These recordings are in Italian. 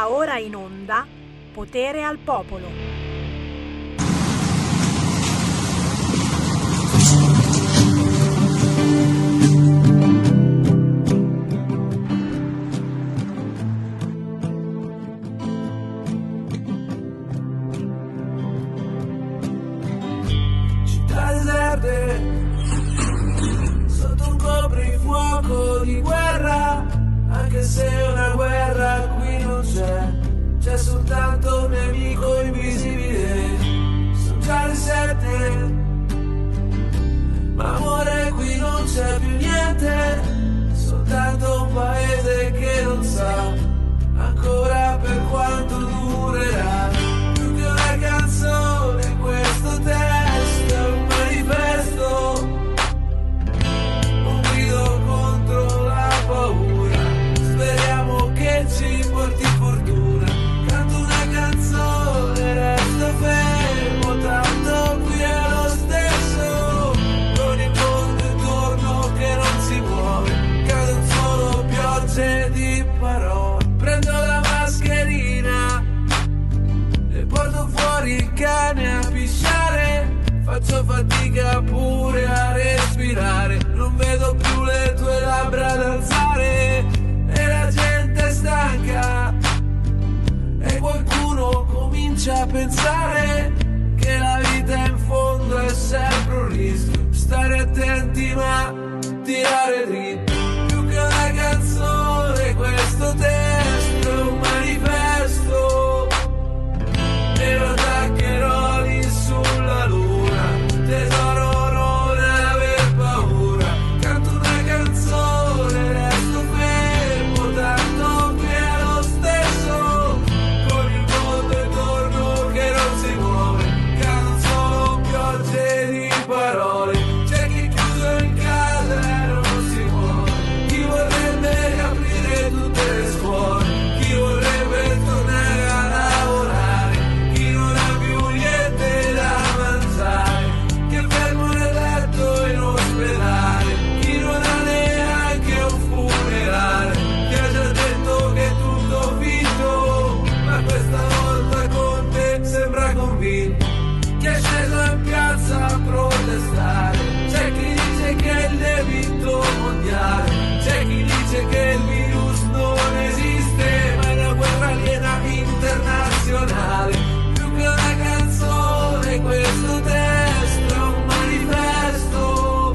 Va ora in onda Potere al Popolo. Città deserte, sotto un coprifuoco di guerra, anche se una guerra qui non c'è soltanto un nemico invisibile. Sono già le 7, ma amore qui non c'è più niente, soltanto un paese che non sa ancora per quanto durerà. Più che una canzone questo testo è un manifesto, un grido contro la paura. Speriamo che ci porti fortuna. Canto una canzone, resto fermo, tanto qui è lo stesso, con il mondo intorno che non si muove. Cadono solo piogge di parole. Prendo la mascherina e porto fuori il cane a pisciare. Faccio fatica pure a respirare, non vedo più le tue labbra ad alzare. E la gente è stanca e qualcuno comincia a pensare che la vita in fondo è sempre un rischio. Stare attenti ma tirare dritto. Più che una canzone questo testo è un manifesto, e lo attaccherò lì sulla luna. Tesoro, non aver paura. Canto una canzone, resto fermo, tanto che è lo stesso, con il mondo intorno che non si muove. Cadono solo piogge di parole. C'è chi è chiuso in casa e non si muove, chi vorrebbe riaprire tutte le scuole, chi vorrebbe tornare a lavorare, chi non ha più niente da mangiare, chi è fermo nel letto in ospedale, chi non ha neanche un funerale, chi ha già detto che è tutto finito, ma questa volta con te sembra convinto. Chi è sceso in piazza a protestare, c'è chi dice che è il debito mondiale, c'è chi dice che il virus non esiste, ma è una guerra aliena internazionale. Più che una canzone questo testo è un manifesto,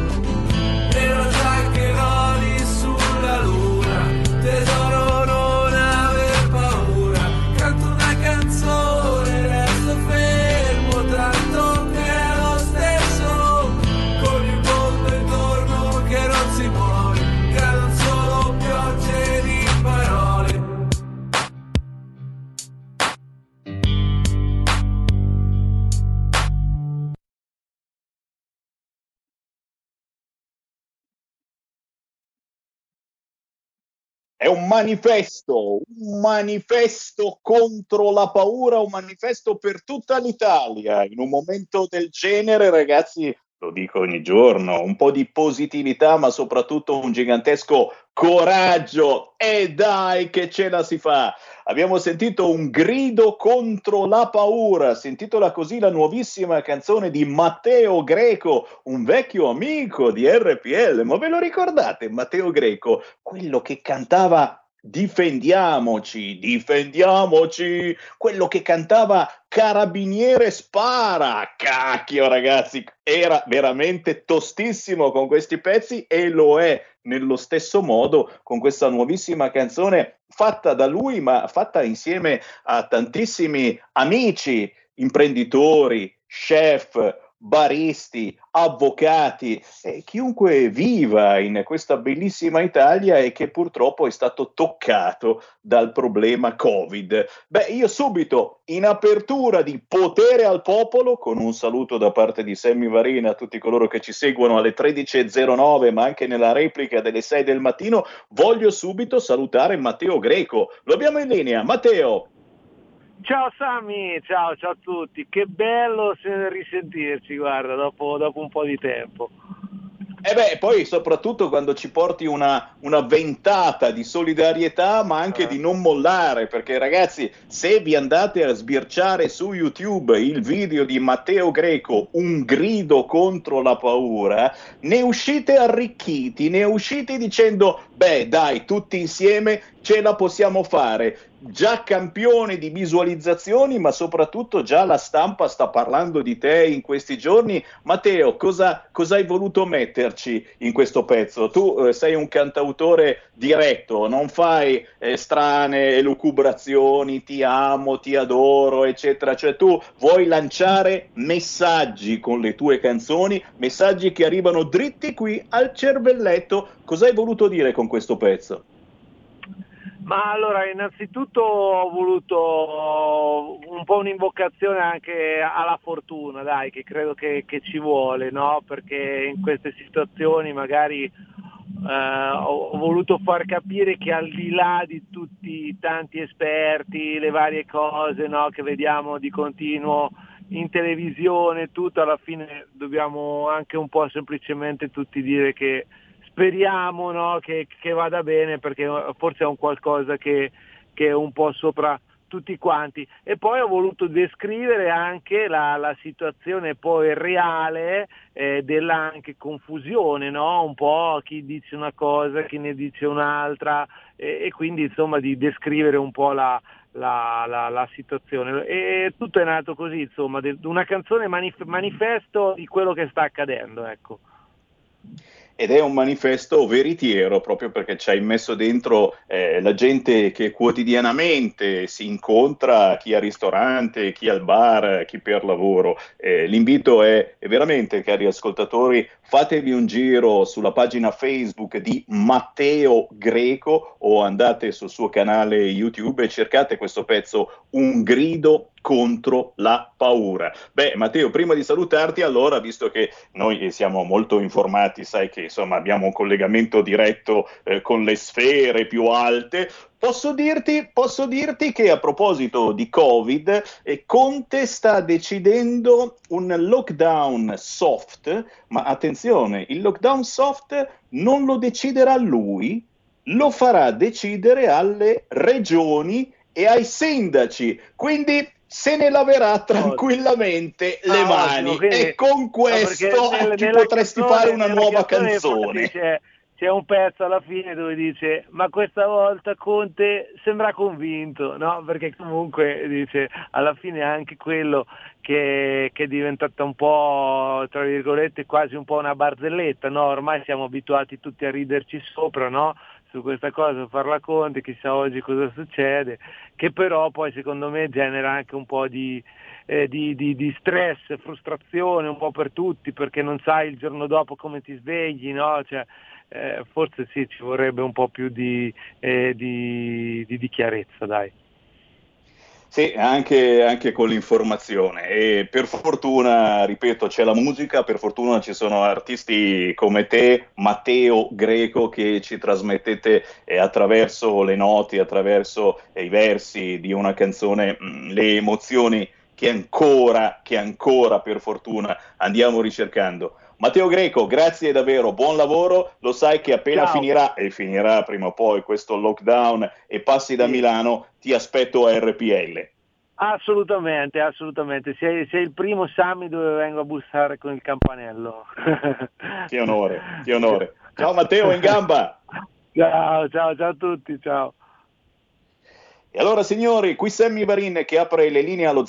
e lo attaccherò lì sulla luna. Tesoro, non aver paura. Canto una canzone, resto fermo, tanto che è lo stesso, con il mondo intorno che non si muove. Cadono solo piogge di parole. È un manifesto contro la paura, un manifesto per tutta l'Italia. In un momento del genere, ragazzi, lo dico ogni giorno, un po' di positività, ma soprattutto un gigantesco coraggio. E dai che ce la si fa! Abbiamo sentito un grido contro la paura, si intitola così la nuovissima canzone di Matteo Greco, un vecchio amico di RPL. Ma ve lo ricordate Matteo Greco? Quello che cantava Difendiamoci, difendiamoci, quello che cantava Carabiniere spara. Cacchio ragazzi, era veramente tostissimo con questi pezzi e lo è nello stesso modo con questa nuovissima canzone fatta da lui, ma fatta insieme a tantissimi amici, imprenditori, chef, baristi, avvocati e chiunque viva in questa bellissima Italia e che purtroppo è stato toccato dal problema Covid. Beh, io subito in apertura di Potere al Popolo, con un saluto da parte di Sammy Varina a tutti coloro che ci seguono alle 13.09, ma anche nella replica delle 6 del mattino, voglio subito salutare Matteo Greco. Lo abbiamo in linea. Matteo. Ciao Sammy, ciao a tutti, che bello risentirci, guarda, dopo un po' di tempo. E beh, poi soprattutto quando ci porti una ventata di solidarietà, ma anche di non mollare, perché ragazzi, se vi andate a sbirciare su YouTube il video di Matteo Greco, un grido contro la paura, ne uscite arricchiti, ne uscite dicendo, beh dai, tutti insieme ce la possiamo fare. Già campione di visualizzazioni, ma soprattutto già la stampa sta parlando di te in questi giorni. Matteo, cosa hai voluto metterci in questo pezzo? Tu sei un cantautore diretto, non fai strane elucubrazioni, ti amo, ti adoro, eccetera. Cioè tu vuoi lanciare messaggi con le tue canzoni, messaggi che arrivano dritti qui al cervelletto. Cosa hai voluto dire con questo pezzo? Ma allora, innanzitutto ho voluto un po' un'invocazione anche alla fortuna, dai, che credo che ci vuole, no? Perché in queste situazioni magari ho voluto far capire che al di là di tutti i tanti esperti, le varie cose, no, che vediamo di continuo in televisione, tutto, alla fine dobbiamo anche un po' semplicemente tutti dire che speriamo, no, che vada bene, perché forse è un qualcosa che è un po' sopra tutti quanti. E poi ho voluto descrivere anche la situazione poi reale della anche confusione, no? Un po' chi dice una cosa, chi ne dice un'altra, e quindi insomma di descrivere un po' la situazione. E tutto è nato così, insomma, una canzone manifesto di quello che sta accadendo, ecco. Ed è un manifesto veritiero, proprio perché ci hai messo dentro la gente che quotidianamente si incontra, chi al ristorante, chi al bar, chi per lavoro. L'invito è veramente, cari ascoltatori, fatevi un giro sulla pagina Facebook di Matteo Greco o andate sul suo canale YouTube e cercate questo pezzo, Un grido contro la paura. Beh, Matteo, prima di salutarti, allora, visto che noi siamo molto informati, sai che insomma abbiamo un collegamento diretto con le sfere più alte, posso dirti che a proposito di Covid, Conte sta decidendo un lockdown soft, ma attenzione, il lockdown soft non lo deciderà lui, lo farà decidere alle regioni e ai sindaci, quindi se ne laverà tranquillamente le mani, quindi, e con questo ti potresti fare una nuova canzone. C'è un pezzo alla fine dove dice ma questa volta Conte sembra convinto, no? Perché comunque dice alla fine anche quello che è diventata un po', tra virgolette, quasi un po' una barzelletta, no? Ormai siamo abituati tutti a riderci sopra, no? Su questa cosa, farla Conte, chissà oggi cosa succede, che però poi secondo me genera anche un po' di stress, frustrazione un po' per tutti, perché non sai il giorno dopo come ti svegli, no? Cioè, forse sì, ci vorrebbe un po' più di chiarezza, dai. Sì, anche con l'informazione, e per fortuna, ripeto, c'è la musica, per fortuna ci sono artisti come te, Matteo Greco, che ci trasmettete attraverso le note, attraverso i versi di una canzone, le emozioni che ancora per fortuna andiamo ricercando. Matteo Greco, grazie davvero, buon lavoro, lo sai che appena finirà, e finirà prima o poi questo lockdown e passi da Milano, ti aspetto a RPL. Assolutamente, sei il primo Sammy dove vengo a bussare con il campanello. Che onore. Ciao Matteo, in gamba! Ciao a tutti, ciao. E allora signori, qui Sammy Varin che apre le linee allo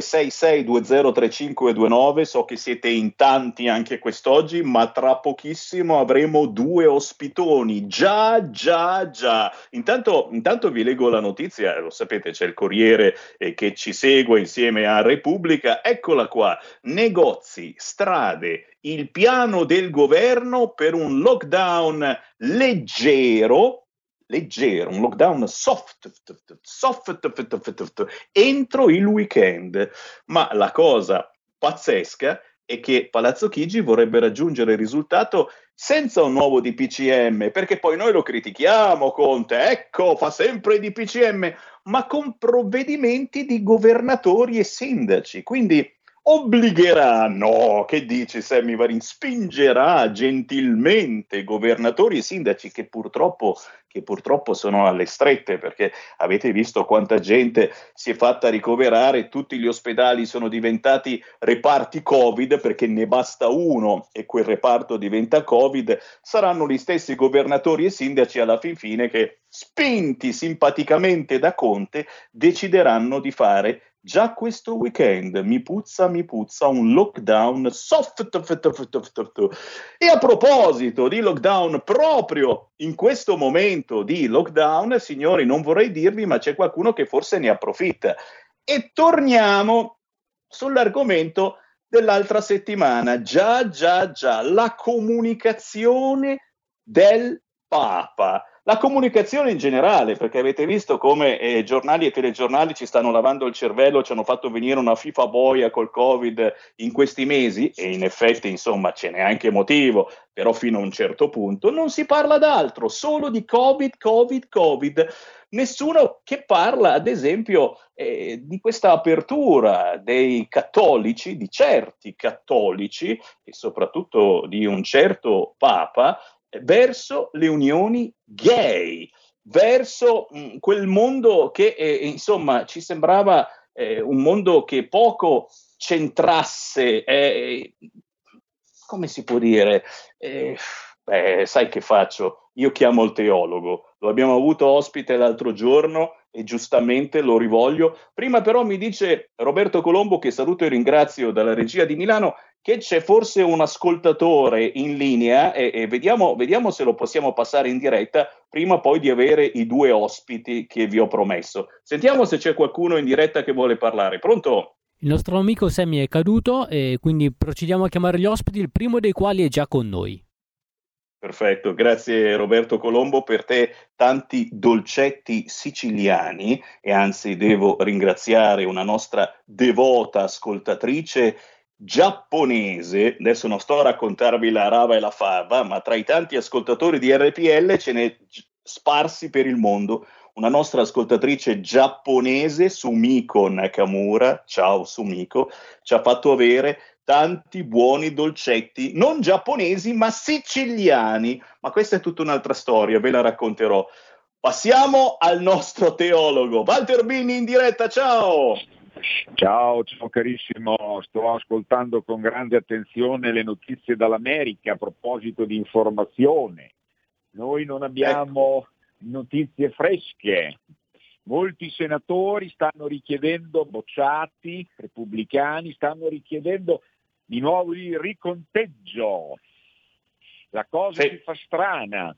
0266203529, so che siete in tanti anche quest'oggi, ma tra pochissimo avremo 2 ospitoni, già. Intanto vi leggo la notizia, lo sapete, c'è il Corriere che ci segue insieme a Repubblica, eccola qua, negozi, strade, il piano del governo per un lockdown leggero, un lockdown soft entro il weekend. Ma la cosa pazzesca è che Palazzo Chigi vorrebbe raggiungere il risultato senza un nuovo DPCM, perché poi noi lo critichiamo, Conte, ecco, fa sempre DPCM, ma con provvedimenti di governatori e sindaci. Quindi obbligherà, no, che dici Sammy Varin, spingerà gentilmente governatori e sindaci che purtroppo sono alle strette, perché avete visto quanta gente si è fatta ricoverare, tutti gli ospedali sono diventati reparti Covid perché ne basta uno e quel reparto diventa Covid. Saranno gli stessi governatori e sindaci alla fin fine che, spinti simpaticamente da Conte, decideranno di fare già questo weekend, mi puzza un lockdown soft. E a proposito di lockdown, proprio in questo momento di lockdown, signori, non vorrei dirvi, ma c'è qualcuno che forse ne approfitta. E torniamo sull'argomento dell'altra settimana. Già, la comunicazione del Papa. La comunicazione in generale, perché avete visto come giornali e telegiornali ci stanno lavando il cervello, ci hanno fatto venire una FIFA boia col Covid in questi mesi, e in effetti, insomma, ce n'è anche motivo, però fino a un certo punto non si parla d'altro, solo di Covid. Nessuno che parla, ad esempio, di questa apertura dei cattolici, di certi cattolici, e soprattutto di un certo Papa, verso le unioni gay, verso quel mondo che insomma ci sembrava un mondo che poco centrasse, come si può dire, sai che faccio? Io chiamo il teologo, lo abbiamo avuto ospite l'altro giorno e giustamente lo rivoglio. Prima però mi dice Roberto Colombo, che saluto e ringrazio dalla regia di Milano, che c'è forse un ascoltatore in linea e vediamo se lo possiamo passare in diretta prima poi di avere i due ospiti che vi ho promesso. Sentiamo se c'è qualcuno in diretta che vuole parlare. Pronto? Il nostro amico Sammy è caduto e quindi procediamo a chiamare gli ospiti, il primo dei quali è già con noi. Perfetto, grazie Roberto Colombo, per te tanti dolcetti siciliani, e anzi devo ringraziare una nostra devota ascoltatrice giapponese. Adesso non sto a raccontarvi la rava e la fava, ma tra i tanti ascoltatori di RPL ce n'è sparsi per il mondo una nostra ascoltatrice giapponese, Sumiko Nakamura, ciao Sumiko, ci ha fatto avere tanti buoni dolcetti, non giapponesi ma siciliani, ma questa è tutta un'altra storia, ve la racconterò. Passiamo al nostro teologo, Walter Bini in diretta, ciao! Ciao carissimo, sto ascoltando con grande attenzione le notizie dall'America a proposito di informazione. Noi non abbiamo notizie fresche. Molti senatori stanno richiedendo, bocciati, repubblicani, stanno richiedendo di nuovo il riconteggio. La cosa si fa strana.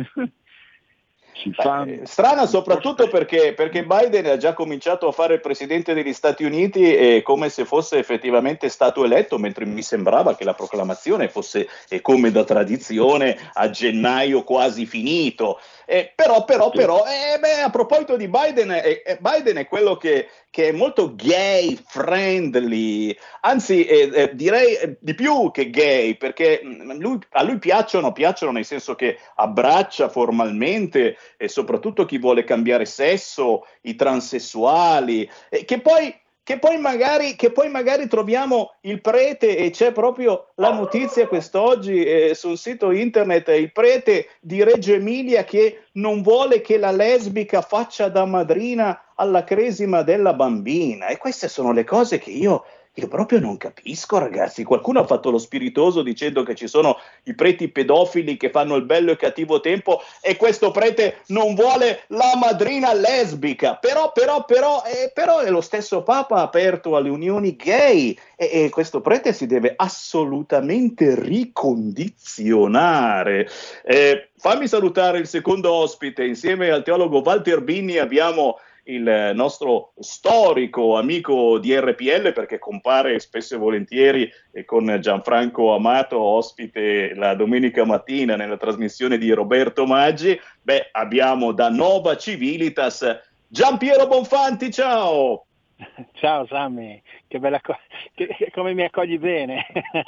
Strana soprattutto perché Biden ha già cominciato a fare il presidente degli Stati Uniti come se fosse effettivamente stato eletto, mentre mi sembrava che la proclamazione fosse come da tradizione a gennaio quasi finito. Però a proposito di Biden, Biden è quello che è molto gay friendly, anzi direi di più che gay, perché a lui piacciono nel senso che abbraccia formalmente e soprattutto chi vuole cambiare sesso, i transessuali, che poi magari troviamo il prete, e c'è proprio la notizia quest'oggi sul sito internet, il prete di Reggio Emilia che non vuole che la lesbica faccia da madrina alla cresima della bambina. E queste sono le cose che io proprio non capisco, ragazzi. Qualcuno ha fatto lo spiritoso dicendo che ci sono i preti pedofili che fanno il bello e cattivo tempo, e questo prete non vuole la madrina lesbica. Però è lo stesso Papa aperto alle unioni gay, e questo prete si deve assolutamente ricondizionare. Fammi salutare il secondo ospite. Insieme al teologo Walter Bini abbiamo il nostro storico amico di RPL, perché compare spesso e volentieri con Gianfranco Amato ospite la domenica mattina nella trasmissione di Roberto Maggi. Abbiamo da Nova Civilitas Giampiero Bonfanti, ciao! Ciao Sammy, che bella come mi accogli bene.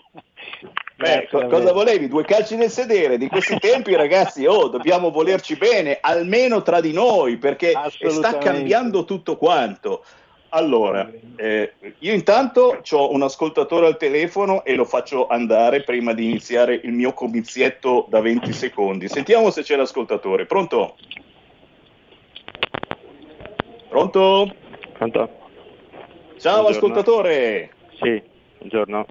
Cosa volevi? 2 calci nel sedere? Di questi tempi, ragazzi, dobbiamo volerci bene, almeno tra di noi, perché sta cambiando tutto quanto. Allora, io intanto ho un ascoltatore al telefono e lo faccio andare prima di iniziare il mio comizietto da 20 secondi. Sentiamo se c'è l'ascoltatore. Pronto? Pronto? Pronto? Ciao Buongiorno. Ascoltatore. Sì, buongiorno.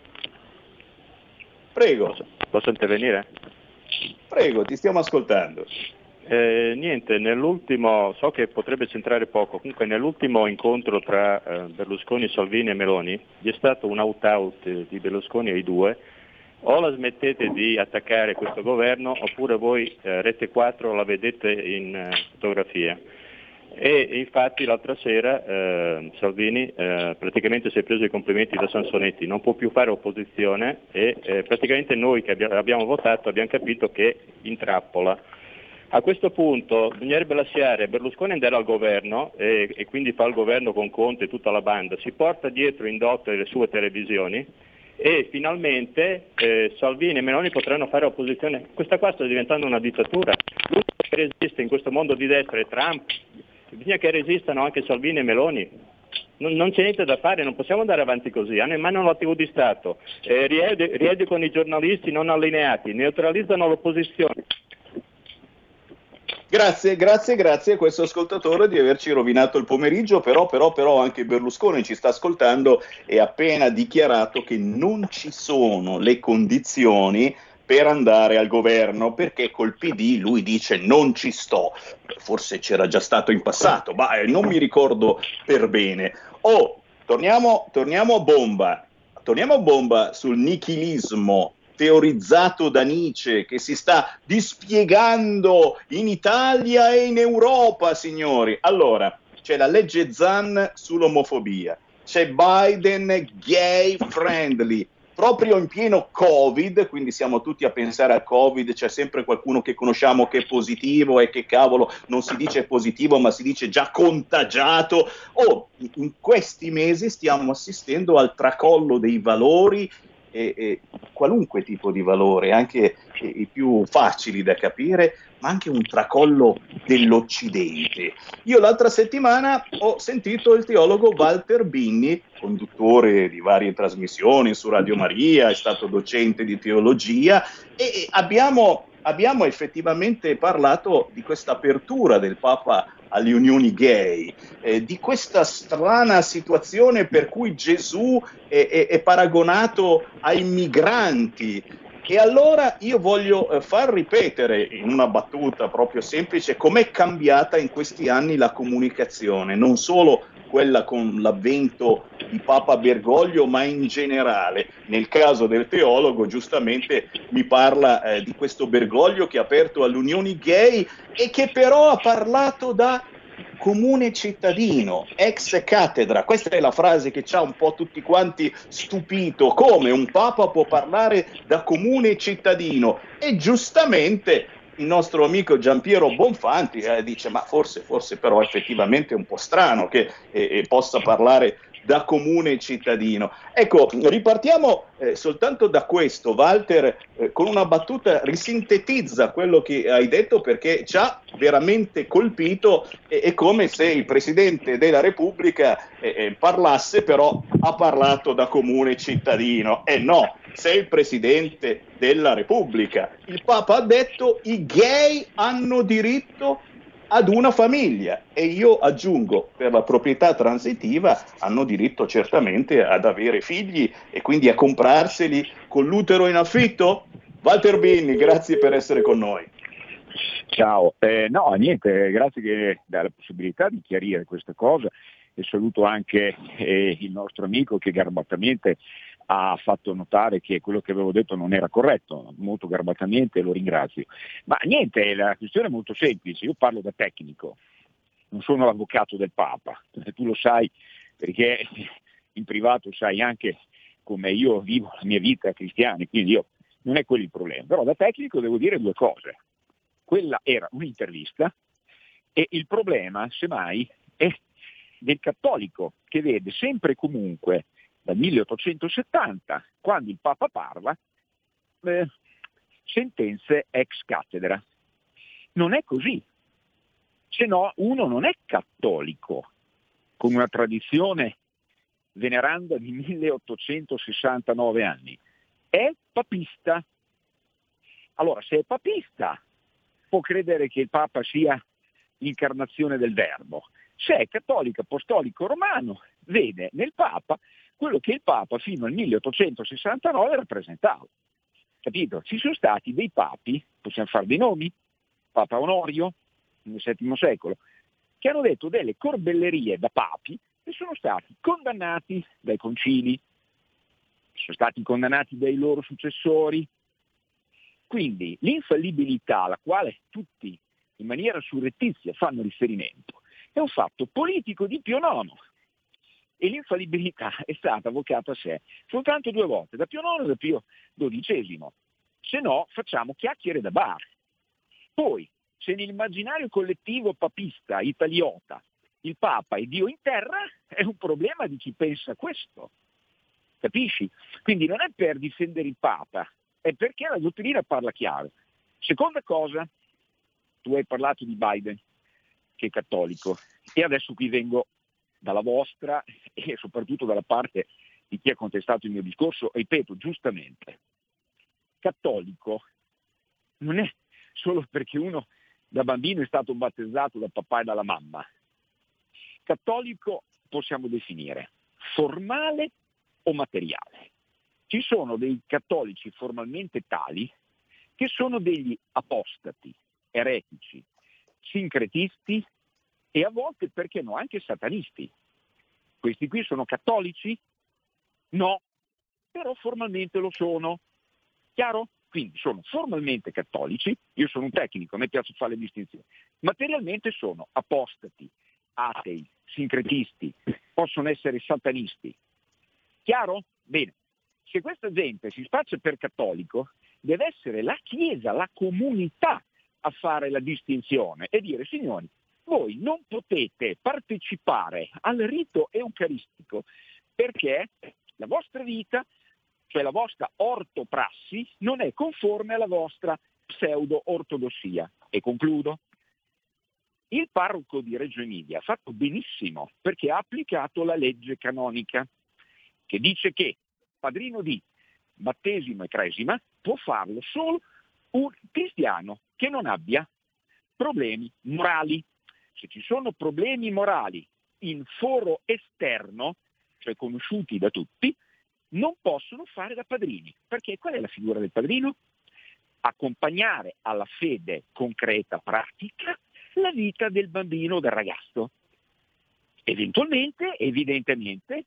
Prego. Posso intervenire? Prego, ti stiamo ascoltando. Niente, nell'ultimo, so che potrebbe centrare poco, comunque nell'ultimo incontro tra Berlusconi, Salvini e Meloni vi è stato un out-out di Berlusconi ai due: o la smettete di attaccare questo governo oppure voi Rete 4 la vedete in fotografia. E infatti l'altra sera Salvini praticamente si è preso i complimenti da Sansonetti, non può più fare opposizione e praticamente noi che abbiamo votato abbiamo capito che intrappola. A questo punto bisognerebbe lasciare Berlusconi andare al governo e quindi fa il governo con Conte e tutta la banda, si porta dietro in dote le sue televisioni e finalmente Salvini e Meloni potranno fare opposizione. Questa qua sta diventando una dittatura. L'unico che resiste in questo mondo di destra è Trump, bisogna che resistano anche Salvini e Meloni. Non c'è niente da fare, non possiamo andare avanti così, hanno in mano l'attivo di Stato, rieducano i giornalisti non allineati, neutralizzano l'opposizione. Grazie a questo ascoltatore di averci rovinato il pomeriggio, però anche Berlusconi ci sta ascoltando e ha appena dichiarato che non ci sono le condizioni per andare al governo, perché col PD lui dice non ci sto, forse c'era già stato in passato, ma non mi ricordo per bene. Torniamo a bomba sul nichilismo teorizzato da Nietzsche, che si sta dispiegando in Italia e in Europa, signori. Allora, c'è la legge Zan sull'omofobia, c'è Biden gay friendly, proprio in pieno Covid, quindi siamo tutti a pensare al Covid, c'è sempre qualcuno che conosciamo che è positivo e che cavolo non si dice positivo ma si dice già contagiato. In questi mesi stiamo assistendo al tracollo dei valori e qualunque tipo di valore, anche i più facili da capire, ma anche un tracollo dell'Occidente. Io l'altra settimana ho sentito il teologo Walter Binni, conduttore di varie trasmissioni su Radio Maria, è stato docente di teologia e abbiamo effettivamente parlato di questa apertura del Papa alle unioni gay, di questa strana situazione per cui Gesù è paragonato ai migranti. E allora io voglio far ripetere in una battuta proprio semplice com'è cambiata in questi anni la comunicazione, non solo quella con l'avvento di Papa Bergoglio, ma in generale. Nel caso del teologo, giustamente mi parla di questo Bergoglio che ha aperto alle unioni gay e che però ha parlato da comune cittadino, ex cattedra. Questa è la frase che ci ha un po' tutti quanti stupito. Come un Papa può parlare da comune cittadino? E giustamente il nostro amico Giampiero Bonfanti dice ma forse però effettivamente è un po' strano che possa parlare da comune cittadino. Ecco, ripartiamo soltanto da questo. Walter, con una battuta risintetizza quello che hai detto, perché ci ha veramente colpito. È come se il Presidente della Repubblica parlasse, però ha parlato da comune cittadino. No, sei il Presidente della Repubblica. Il Papa ha detto i gay hanno diritto ad una famiglia e io aggiungo per la proprietà transitiva hanno diritto certamente ad avere figli e quindi a comprarseli con l'utero in affitto. Walter Binni, grazie per essere con noi. Ciao, no niente, grazie dalla possibilità di chiarire questa cosa e saluto anche il nostro amico che garbatamente ha fatto notare che quello che avevo detto non era corretto, molto garbatamente, lo ringrazio. Ma niente, la questione è molto semplice, io parlo da tecnico, non sono l'avvocato del Papa, tu lo sai perché in privato sai anche come io vivo la mia vita cristiana, quindi non è quello il problema, però da tecnico devo dire due cose. Quella era un'intervista e il problema, semmai, è del cattolico che vede sempre e comunque dal 1870, quando il Papa parla, sentenze ex cattedra. Non è così, se no uno non è cattolico. con una tradizione veneranda di 1869 anni, è papista. Allora, se è papista, può credere che il Papa sia l'incarnazione del Verbo. Se è cattolico apostolico romano, vede nel Papa quello che il Papa fino al 1869 rappresentava. Capito? Ci sono stati dei papi, possiamo fare dei nomi, Papa Onorio nel VII secolo, che hanno detto delle corbellerie da papi e sono stati condannati dai concili, sono stati condannati dai loro successori. Quindi l'infallibilità alla quale tutti in maniera surrettizia fanno riferimento è un fatto politico di Pio IX, e l'infallibilità è stata avvocata a sé soltanto 2 volte, da Pio IX e da Pio XII. Se no facciamo chiacchiere da bar. Poi, se nell'immaginario collettivo papista italiota il Papa è Dio in terra, è un problema di chi pensa questo. Capisci? Quindi non è per difendere il Papa, è perché la dottrina parla chiaro. Seconda cosa, tu hai parlato di Biden, che è cattolico, e adesso qui vengo dalla vostra e soprattutto dalla parte di chi ha contestato il mio discorso, ripeto, giustamente. Cattolico non è solo perché uno da bambino è stato battezzato dal papà e dalla mamma. Cattolico possiamo definire formale o materiale. Ci sono dei cattolici formalmente tali che sono degli apostati, eretici, sincretisti e a volte, perché no, anche satanisti. Questi qui sono cattolici? No, però formalmente lo sono. Chiaro? Quindi sono formalmente cattolici, io sono un tecnico, a me piace fare le distinzioni. Materialmente sono apostati, atei, sincretisti, possono essere satanisti. Chiaro? Bene. Se questa gente si spaccia per cattolico, deve essere la Chiesa, la comunità a fare la distinzione e dire: signori, voi non potete partecipare al rito eucaristico perché la vostra vita, cioè la vostra ortoprassi, non è conforme alla vostra pseudo-ortodossia. E concludo. Il parroco di Reggio Emilia ha fatto benissimo perché ha applicato la legge canonica che dice che padrino di battesimo e cresima può farlo solo un cristiano che non abbia problemi morali. Se ci sono problemi morali in foro esterno, cioè conosciuti da tutti, non possono fare da padrini. Perché qual è la figura del padrino? Accompagnare alla fede concreta, pratica, la vita del bambino o del ragazzo. Eventualmente, evidentemente,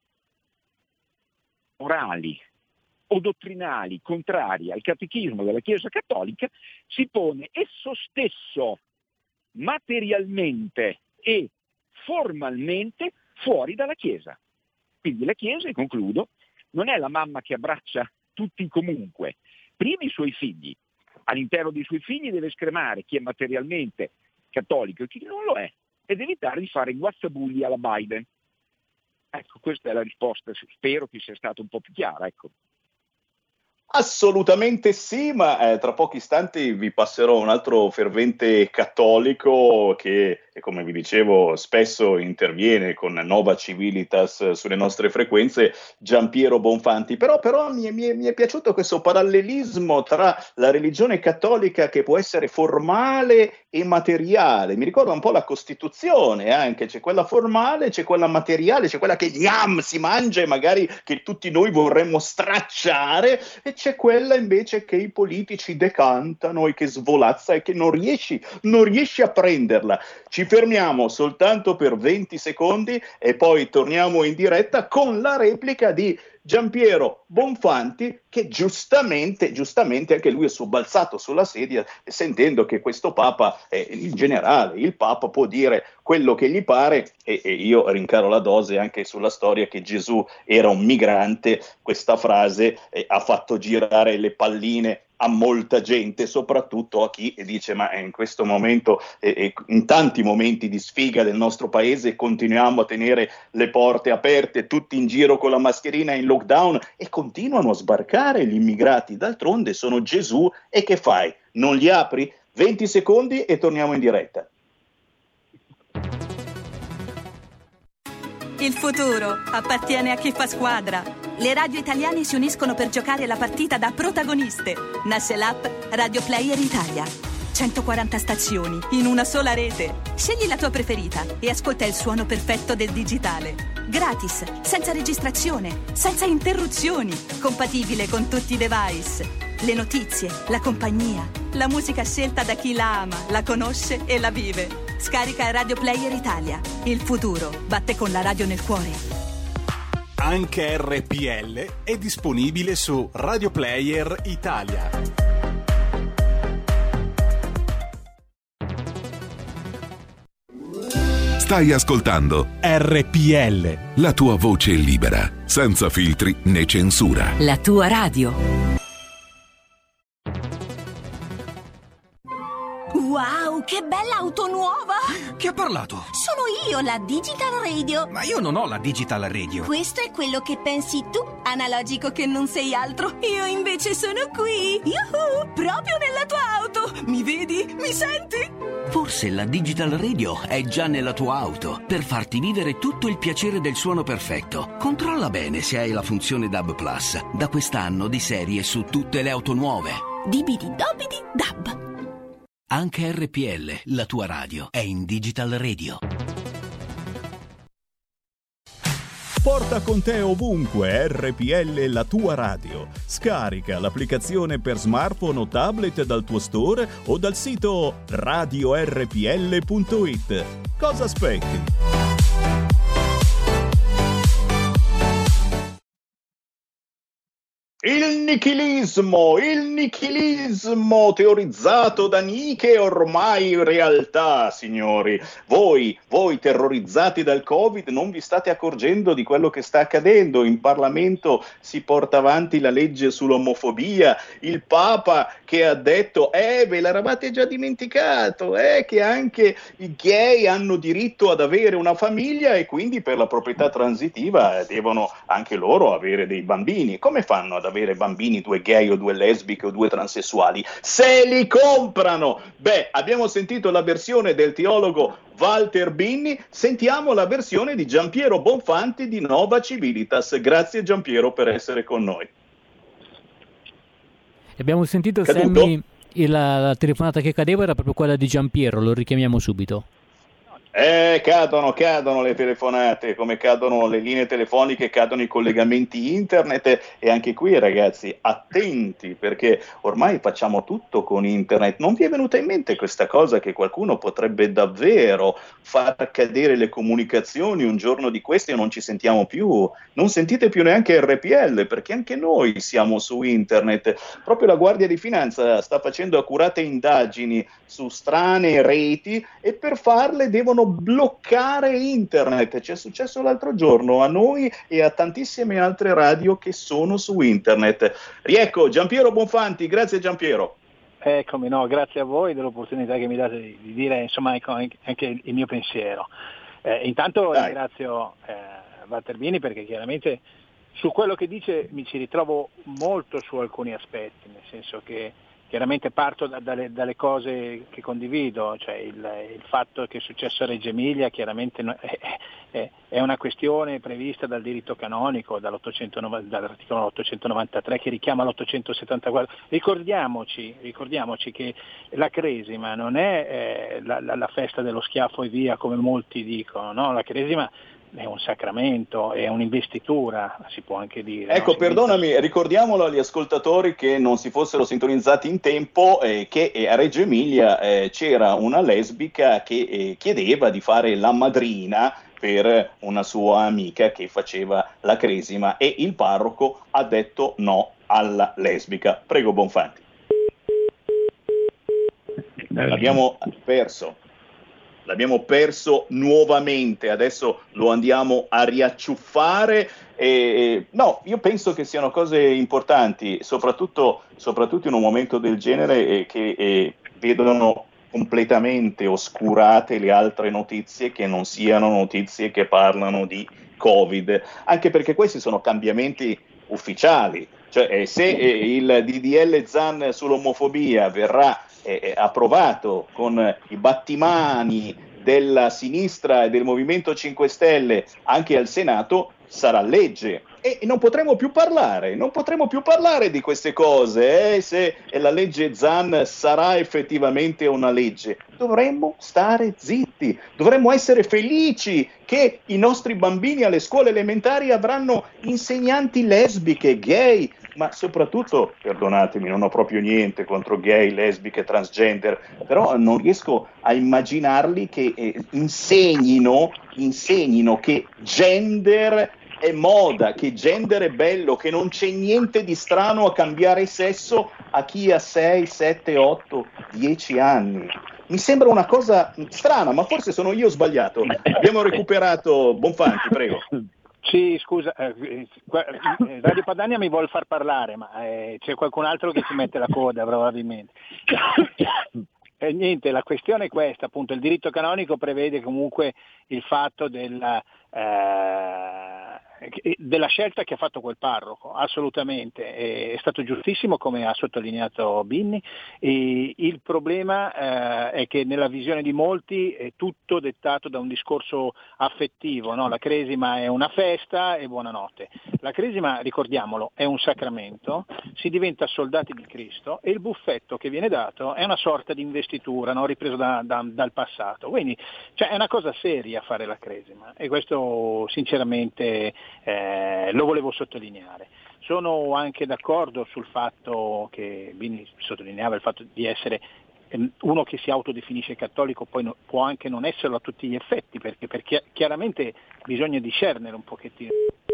morali o dottrinali contrari al catechismo della Chiesa Cattolica, si pone esso stesso materialmente e formalmente fuori dalla Chiesa. Quindi la Chiesa, e concludo, non è la mamma che abbraccia tutti comunque, prima i suoi figli. All'interno dei suoi figli deve scremare chi è materialmente cattolico e chi non lo è, ed evitare di fare guazzabugli alla Biden. Ecco, questa è la risposta, spero che sia stata un po' più chiara. Ecco. Assolutamente sì, ma tra pochi istanti vi passerò un altro fervente cattolico che, come vi dicevo, spesso interviene con Nova Civilitas sulle nostre frequenze, Giampiero Bonfanti. Però mi è piaciuto questo parallelismo tra la religione cattolica, che può essere formale e materiale. Mi ricorda un po' la Costituzione, anche c'è quella formale, c'è quella materiale, c'è quella che si mangia e magari che tutti noi vorremmo stracciare, e c'è quella invece che i politici decantano e che svolazza e che non riesci a prenderla. Ci fermiamo soltanto per 20 secondi e poi torniamo in diretta con la replica di Giampiero Bonfanti, che giustamente anche lui è sobbalzato sulla sedia, sentendo che questo Papa è il generale, il Papa può dire quello che gli pare, e io rincaro la dose anche sulla storia che Gesù era un migrante. Questa frase ha fatto girare le palline a molta gente, soprattutto a chi dice: ma in questo momento, in tanti momenti di sfiga del nostro paese, continuiamo a tenere le porte aperte, tutti in giro con la mascherina in lockdown, e continuano a sbarcare gli immigrati. D'altronde sono Gesù, e che fai? Non li apri? 20 secondi e torniamo in diretta. Il futuro appartiene a chi fa squadra. Le radio italiane si uniscono per giocare la partita da protagoniste. Nasce l'app Radio Player Italia. 140 stazioni in una sola rete. Scegli la tua preferita e ascolta il suono perfetto del digitale. Gratis, senza registrazione, senza interruzioni. Compatibile con tutti i device. Le notizie, la compagnia, la musica scelta da chi la ama, la conosce e la vive. Scarica Radio Player Italia. Il futuro batte con la radio nel cuore. Anche RPL è disponibile su Radio Player Italia. Stai ascoltando RPL, la tua voce libera, senza filtri né censura. La tua radio. Wow, che bella auto nuova! Chi ha parlato? Sono io, la Digital Radio. Ma io non ho la Digital Radio. Questo è quello che pensi tu, analogico che non sei altro. Io invece sono qui, proprio nella tua auto. Mi vedi? Mi senti? Forse la Digital Radio è già nella tua auto per farti vivere tutto il piacere del suono perfetto. Controlla bene se hai la funzione DAB+. Da quest'anno di serie su tutte le auto nuove. Dibidi dobidi dab. Anche RPL, la tua radio, è in Digital Radio. Porta con te ovunque RPL, la tua radio. Scarica l'applicazione per smartphone o tablet dal tuo store o dal sito radiorpl.it. Cosa aspetti? Il nichilismo teorizzato da Nietzsche è ormai realtà, signori. Voi terrorizzati dal Covid non vi state accorgendo di quello che sta accadendo. In Parlamento si porta avanti la legge sull'omofobia, il Papa che ha detto ve l'eravate già dimenticato, che anche i gay hanno diritto ad avere una famiglia e quindi per la proprietà transitiva devono anche loro avere dei bambini. Come fanno ad avere bambini, 2 gay o 2 lesbiche o 2 transessuali? Se li comprano! Beh, abbiamo sentito la versione del teologo Walter Binni, sentiamo la versione di Giampiero Bonfanti di Nova Civilitas. Grazie Giampiero per essere con noi. Abbiamo sentito Sammy, la telefonata che cadeva era proprio quella di Giampiero, lo richiamiamo subito. Cadono le telefonate, come cadono le linee telefoniche, cadono i collegamenti internet e anche qui ragazzi attenti perché ormai facciamo tutto con internet. Non vi è venuta in mente questa cosa che qualcuno potrebbe davvero far cadere le comunicazioni un giorno di questi e non ci sentiamo più? Non sentite più neanche RPL perché anche noi siamo su internet. Proprio la Guardia di Finanza sta facendo accurate indagini su strane reti e per farle devono bloccare internet. Ci è successo l'altro giorno a noi e a tantissime altre radio che sono su internet. Riecco Giampiero Bonfanti, grazie Giampiero. Eccomi, no, grazie a voi dell'opportunità che mi date di dire insomma anche il mio pensiero. Intanto ringrazio Walter Bini perché chiaramente su quello che dice mi ci ritrovo molto su alcuni aspetti, nel senso che chiaramente parto dalle cose che condivido, cioè il fatto che è successo a Reggio Emilia chiaramente è una questione prevista dal diritto canonico, dall'articolo 893 che richiama l'874. Ricordiamoci che la Cresima non è la festa dello schiaffo e via come molti dicono, no? La Cresima è un sacramento, è un'investitura, si può anche dire. Ecco, no? Perdonami, ricordiamolo agli ascoltatori che non si fossero sintonizzati in tempo, che a Reggio Emilia c'era una lesbica che chiedeva di fare la madrina per una sua amica che faceva la Cresima e il parroco ha detto no alla lesbica. Prego Bonfanti. L'abbiamo perso nuovamente, adesso lo andiamo a riacciuffare. No, io penso che siano cose importanti, soprattutto in un momento del genere che vedono completamente oscurate le altre notizie che non siano notizie che parlano di Covid, anche perché questi sono cambiamenti ufficiali, cioè se il DDL Zan sull'omofobia verrà approvato con i battimani della sinistra e del Movimento 5 Stelle anche al Senato sarà legge. E non potremo più parlare di queste cose, se la legge Zan sarà effettivamente una legge. Dovremmo stare zitti, dovremmo essere felici che i nostri bambini alle scuole elementari avranno insegnanti lesbiche, gay, ma soprattutto, perdonatemi, non ho proprio niente contro gay, lesbiche, transgender, però non riesco a immaginarli che insegnino che gender è moda, che gender è bello, che non c'è niente di strano a cambiare sesso a chi ha 6, 7, 8, 10 anni. Mi sembra una cosa strana, ma forse sono io sbagliato. Abbiamo recuperato Bonfanti, prego. Sì, scusa, Radio Padania mi vuol far parlare, ma c'è qualcun altro che ci mette la coda probabilmente. Niente, la questione è questa, appunto, il diritto canonico prevede comunque il fatto della scelta che ha fatto quel parroco, assolutamente, è stato giustissimo come ha sottolineato Binni, e il problema è che nella visione di molti è tutto dettato da un discorso affettivo, no? La cresima è una festa e buonanotte. La cresima, ricordiamolo, è un sacramento, si diventa soldati di Cristo e il buffetto che viene dato è una sorta di investitura, no? Ripreso dal passato, quindi è una cosa seria fare la cresima, e questo sinceramente lo volevo sottolineare. Sono anche d'accordo sul fatto che Bini sottolineava, il fatto di essere uno che si autodefinisce cattolico, poi può anche non esserlo a tutti gli effetti, perché chiaramente bisogna discernere un pochettino.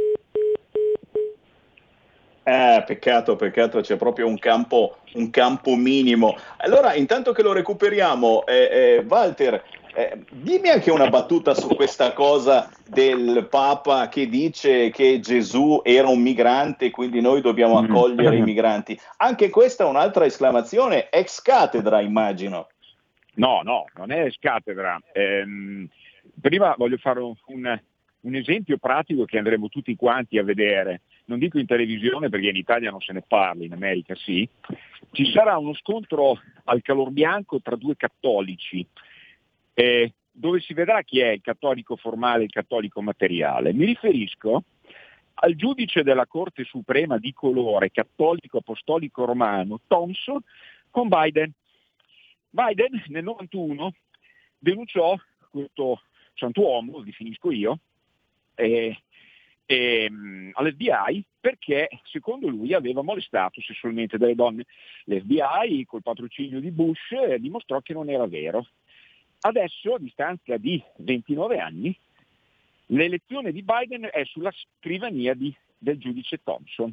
Peccato, c'è proprio un campo minimo. Allora, intanto che lo recuperiamo, Walter, dimmi anche una battuta su questa cosa del Papa che dice che Gesù era un migrante, quindi noi dobbiamo accogliere i migranti. Anche questa è un'altra esclamazione ex cattedra, immagino. No, non è ex cattedra. Prima voglio fare un esempio pratico che andremo tutti quanti a vedere. Non dico in televisione perché in Italia non se ne parla, in America sì. Ci sarà uno scontro al calor bianco tra due cattolici, dove si vedrà chi è il cattolico formale e il cattolico materiale. Mi riferisco al giudice della Corte Suprema di colore, cattolico apostolico romano, Thompson, con Biden. Biden nel 91 denunciò questo santuomo, lo definisco io, all'FBI perché secondo lui aveva molestato sessualmente delle donne. L'FBI col patrocinio di Bush dimostrò che non era vero. Adesso, a distanza di 29 anni, l'elezione di Biden è sulla scrivania del giudice Thompson.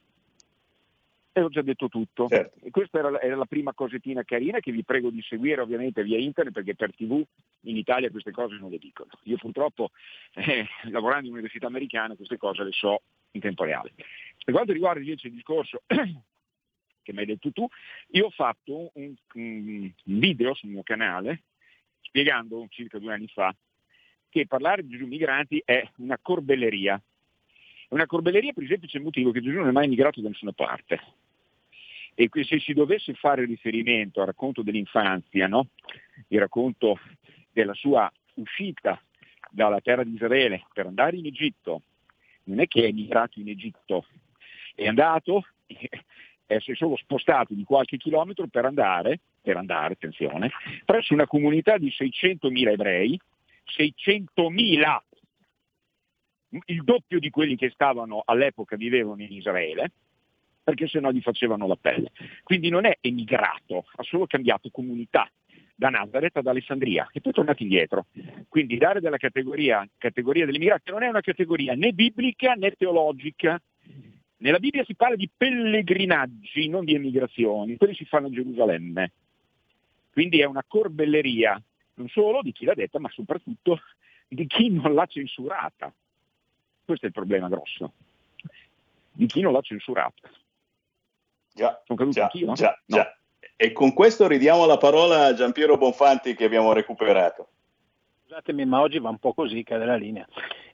E ho già detto tutto. Certo. E questa era la prima cosettina carina che vi prego di seguire ovviamente via internet, perché per TV in Italia queste cose non le dicono. Io purtroppo, lavorando in università americana, queste cose le so in tempo reale. Per quanto riguarda invece il discorso che mi hai detto tu, io ho fatto un video sul mio canale spiegando circa 2 anni fa che parlare di Gesù migranti è una corbelleria. È una corbelleria per il semplice motivo che Gesù non è mai migrato da nessuna parte. E se si dovesse fare riferimento al racconto dell'infanzia, no? Il racconto della sua uscita dalla terra di Israele per andare in Egitto, non è che è migrato in Egitto, è andato, si è solo spostato di qualche chilometro per andare, attenzione, presso una comunità di 600.000 ebrei, 600.000, il doppio di quelli che stavano all'epoca vivevano in Israele, perché sennò gli facevano la pelle. Quindi non è emigrato, ha solo cambiato comunità da Nazareth ad Alessandria e poi è tornato indietro. Quindi dare della categoria dell'immigrato non è una categoria né biblica né teologica. Nella Bibbia si parla di pellegrinaggi, non di emigrazioni, quelli si fanno a Gerusalemme. Quindi è una corbelleria, non solo di chi l'ha detta, ma soprattutto di chi non l'ha censurata. Questo è il problema grosso, di chi non l'ha censurata. Già, sono caduto anch'io? Già. E con questo ridiamo la parola a Giampiero Bonfanti che abbiamo recuperato. Scusatemi, ma oggi va un po' così, cade la linea.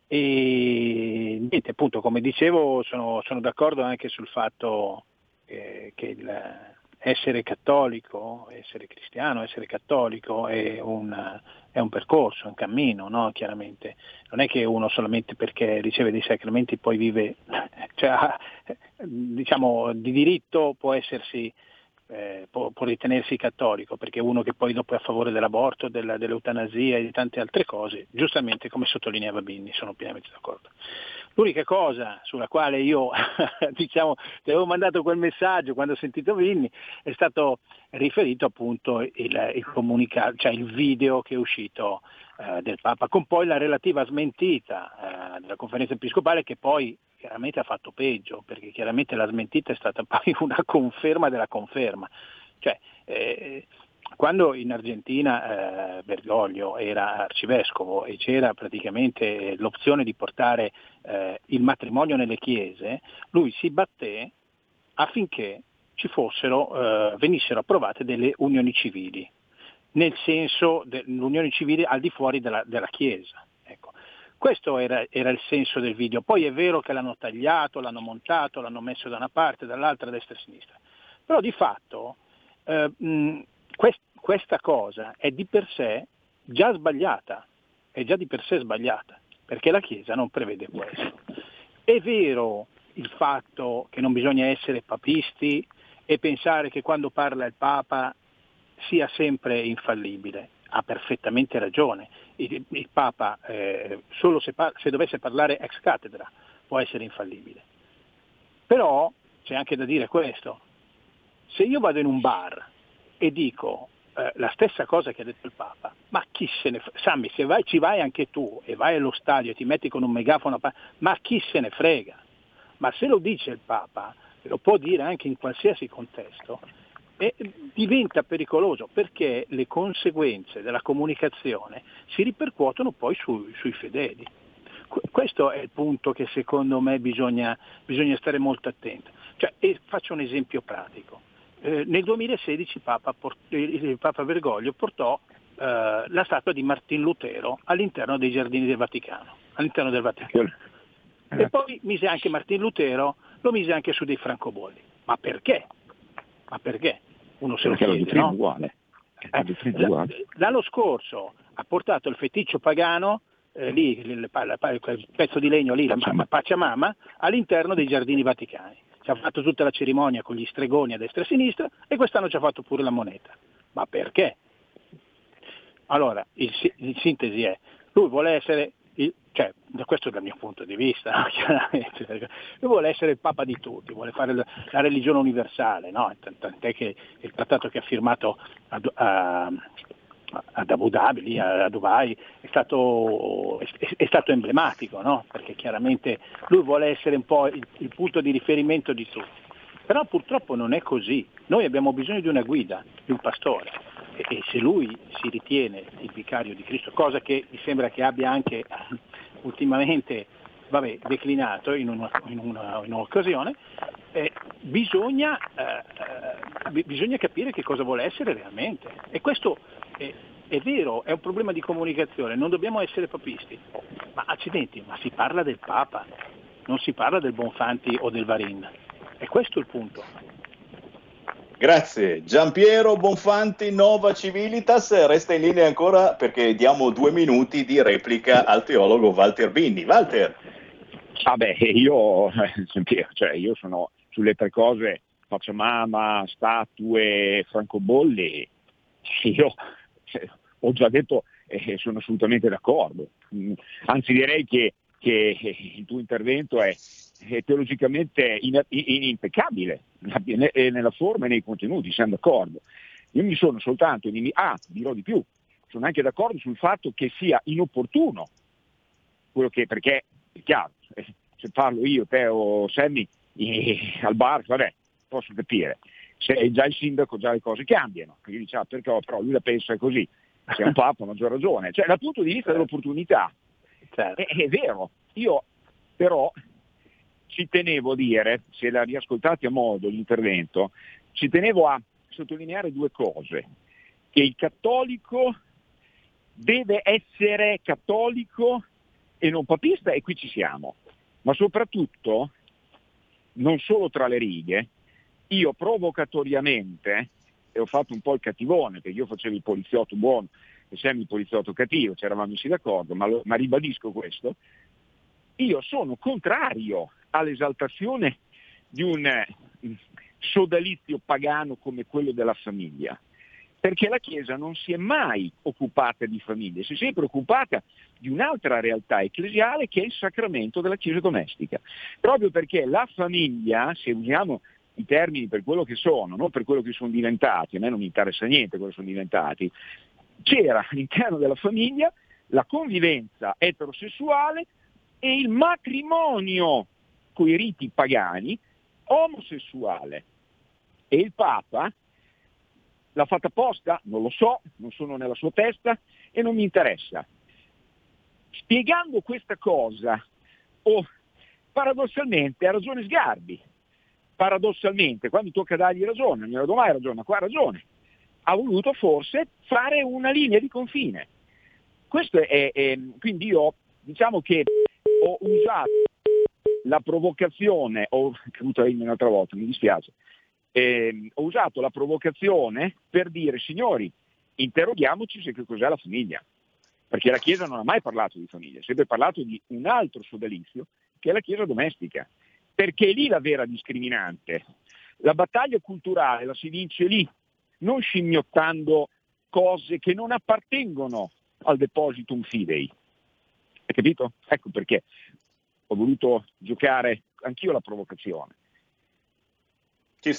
E niente, appunto, come dicevo, sono d'accordo anche sul fatto che essere cattolico, essere cristiano, essere cattolico è un percorso, un cammino, no? Chiaramente non è che uno solamente perché riceve dei sacramenti poi vive, cioè, diciamo di diritto può essersi, può ritenersi cattolico, perché uno che poi dopo è a favore dell'aborto, dell'eutanasia e di tante altre cose, giustamente come sottolineava Binni, sono pienamente d'accordo. L'unica cosa sulla quale io diciamo ti avevo mandato quel messaggio quando ho sentito Binni è stato riferito appunto il comunicato, cioè il video che è uscito del Papa, con poi la relativa smentita della conferenza episcopale, che poi chiaramente ha fatto peggio, perché chiaramente la smentita è stata poi una conferma della conferma. Cioè, quando in Argentina Bergoglio era arcivescovo e c'era praticamente l'opzione di portare il matrimonio nelle chiese, lui si batté affinché ci fossero, venissero approvate delle unioni civili, nel senso delle unioni civili al di fuori della Chiesa. Ecco. Questo era il senso del video. Poi è vero che l'hanno tagliato, l'hanno montato, l'hanno messo da una parte, dall'altra, a destra e a sinistra. Però di fatto questa cosa è di per sé già sbagliata, perché la Chiesa non prevede questo. È vero il fatto che non bisogna essere papisti e pensare che quando parla il Papa sia sempre infallibile, ha perfettamente ragione. Il Papa solo se dovesse parlare ex cattedra può essere infallibile. Però c'è anche da dire questo: se io vado in un bar e dico la stessa cosa che ha detto il Papa, ma chi se ne frega? Sammy, se ci vai anche tu e vai allo stadio e ti metti con un megafono, ma chi se ne frega? Ma se lo dice il Papa, lo può dire anche in qualsiasi contesto, e diventa pericoloso, perché le conseguenze della comunicazione si ripercuotono poi sui fedeli. Questo è il punto che secondo me bisogna stare molto attenti. Cioè, e faccio un esempio pratico. Nel 2016 il Papa Bergoglio portò la statua di Martin Lutero all'interno dei giardini del Vaticano, E poi mise anche Martin Lutero, lo mise anche su dei francobolli. Ma perché? Uno se lo chiede, no? Uguale. L'anno scorso ha portato il feticcio pagano, quel pezzo di legno lì, la Pachamama, all'interno dei giardini vaticani. Ci ha fatto tutta la cerimonia con gli stregoni a destra e a sinistra, e quest'anno ci ha fatto pure la moneta. Ma perché? Allora, il sintesi è, lui vuole essere, questo dal mio punto di vista, no? Chiaramente, lui vuole essere il Papa di tutti, vuole fare la religione universale, no? Tant'è che il trattato che ha firmato ad Abu Dhabi, lì a Dubai, è stato emblematico, no? Perché chiaramente lui vuole essere un po' il punto di riferimento di tutti. Però purtroppo non è così. Noi abbiamo bisogno di una guida, di un pastore, e se lui si ritiene il vicario di Cristo, cosa che mi sembra che abbia anche ultimamente declinato in un'occasione, bisogna capire che cosa vuole essere realmente. E questo è vero, è un problema di comunicazione, non dobbiamo essere papisti. Ma accidenti, ma si parla del Papa, non si parla del Bonfanti o del Varin. E questo è il punto. Grazie. Giampiero Bonfanti, Nova Civilitas, resta in linea ancora perché diamo 2 minuti di replica al teologo Walter Binni. Walter. Io sono sulle 3 cose, Pachamama, statue, francobolli, io ho già detto, sono assolutamente d'accordo. Anzi, direi che il tuo intervento è teologicamente impeccabile nella forma e nei contenuti, siamo d'accordo. Io mi sono soltanto dirò di più, sono anche d'accordo sul fatto che sia inopportuno quello che, perché è chiaro, se parlo io, te o Sammy al bar, posso capire, se è già il sindaco già le cose cambiano, io dicevo perché però lui la pensa così, se è un papa ha maggior ragione, cioè dal punto di vista dell'opportunità, è vero. Io però ci tenevo a dire, se la riascoltate a modo l'intervento, ci tenevo a sottolineare 2 cose: che il cattolico deve essere cattolico e non papista, e qui ci siamo, ma soprattutto, non solo tra le righe, io provocatoriamente, e ho fatto un po' il cattivone, perché io facevo il poliziotto buono e Sam il poliziotto cattivo, c'eravamo messi d'accordo, ma ribadisco questo, io sono contrario all'esaltazione di un sodalizio pagano come quello della famiglia, perché la Chiesa non si è mai occupata di famiglie, si è sempre occupata di un'altra realtà ecclesiale che è il sacramento della Chiesa domestica, proprio perché la famiglia, se usiamo i termini per quello che sono, non per quello che sono diventati, a me non mi interessa niente quello che sono diventati, c'era all'interno della famiglia la convivenza eterosessuale e il matrimonio coi riti pagani omosessuale. E il Papa l'ha fatta apposta? Non lo so, non sono nella sua testa e non mi interessa. Spiegando questa cosa, paradossalmente ha ragione Sgarbi, paradossalmente, quando tocca dargli ragione, non gli ha dato mai ragione, ma qua ha ragione, ha voluto forse fare una linea di confine. Questo è quindi io diciamo che ho usato la provocazione, ho caduto un'altra volta, mi dispiace, ho usato la provocazione per dire, signori, interroghiamoci su che cos'è la famiglia, perché la Chiesa non ha mai parlato di famiglia, ha sempre parlato di un altro sodalizio che è la Chiesa domestica, perché è lì la vera discriminante. La battaglia culturale la si vince lì, non scimmiottando cose che non appartengono al depositum fidei. Hai capito? Ecco perché ho voluto giocare anch'io la provocazione. Ci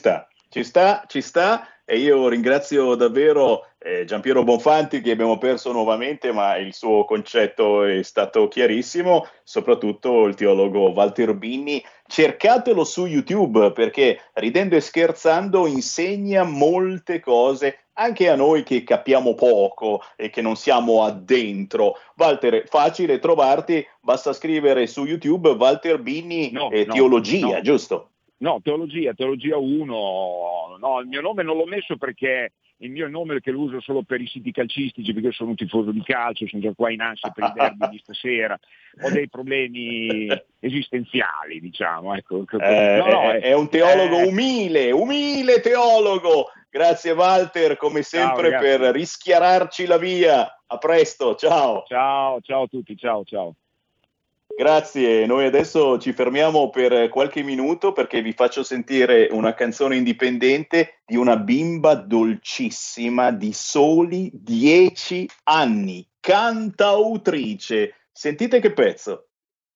sta, e io ringrazio davvero Giampiero Bonfanti, che abbiamo perso nuovamente, ma il suo concetto è stato chiarissimo, soprattutto il teologo Walter Binni. Cercatelo su YouTube, perché ridendo e scherzando insegna molte cose anche a noi che capiamo poco e che non siamo addentro. Walter, facile trovarti, basta scrivere su YouTube Walter Binni teologia, giusto? No, teologia 1, no, il mio nome non l'ho messo perché il mio nome è che lo uso solo per i siti calcistici, perché sono un tifoso di calcio, sono già qua in ansia per i derby di stasera, ho dei problemi esistenziali, diciamo. Ecco. È un teologo umile teologo. Grazie Walter, come sempre, ciao, per rischiararci la via. A presto, ciao. Ciao a tutti, ciao. Grazie, noi adesso ci fermiamo per qualche minuto perché vi faccio sentire una canzone indipendente di una bimba dolcissima di soli 10 anni, cantautrice. Sentite che pezzo.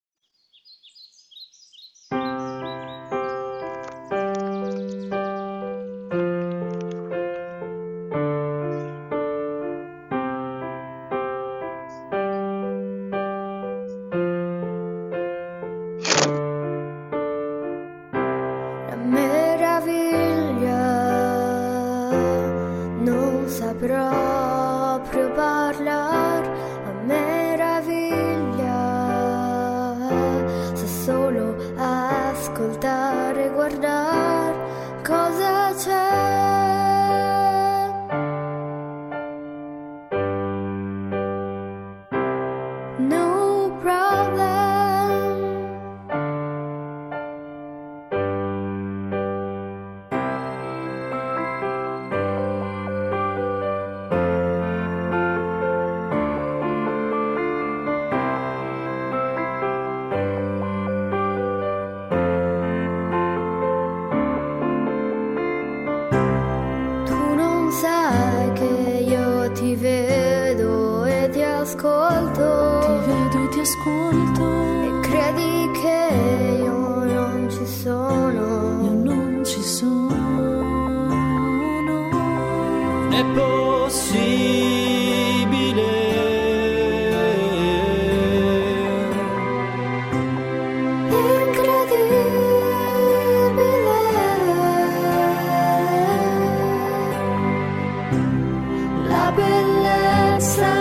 Proprio parlar a meraviglia, se solo ascoltare, guardare cosa c'è. No problem. Ascolto e credi che io non ci sono. Io non ci sono. È possibile. Incredibile. La bellezza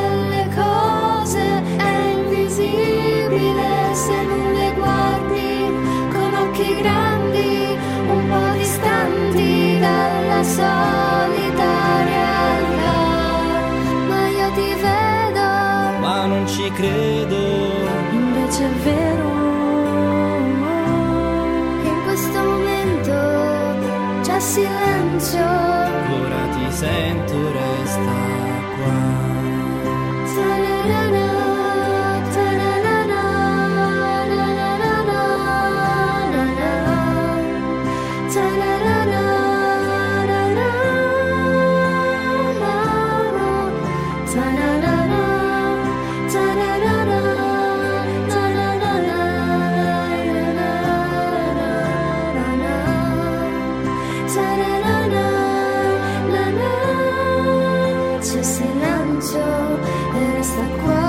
se non le guardi con occhi grandi, un po' distanti dalla solita realtà. Ma io ti vedo, ma non ci credo, invece è vero. In questo momento silenzio. Ora ti sento, resta qua. Ta-na-na-na, ta-na-na-na, na-na-na-na, ta-na-na-na, c'è silenzio e resta qua.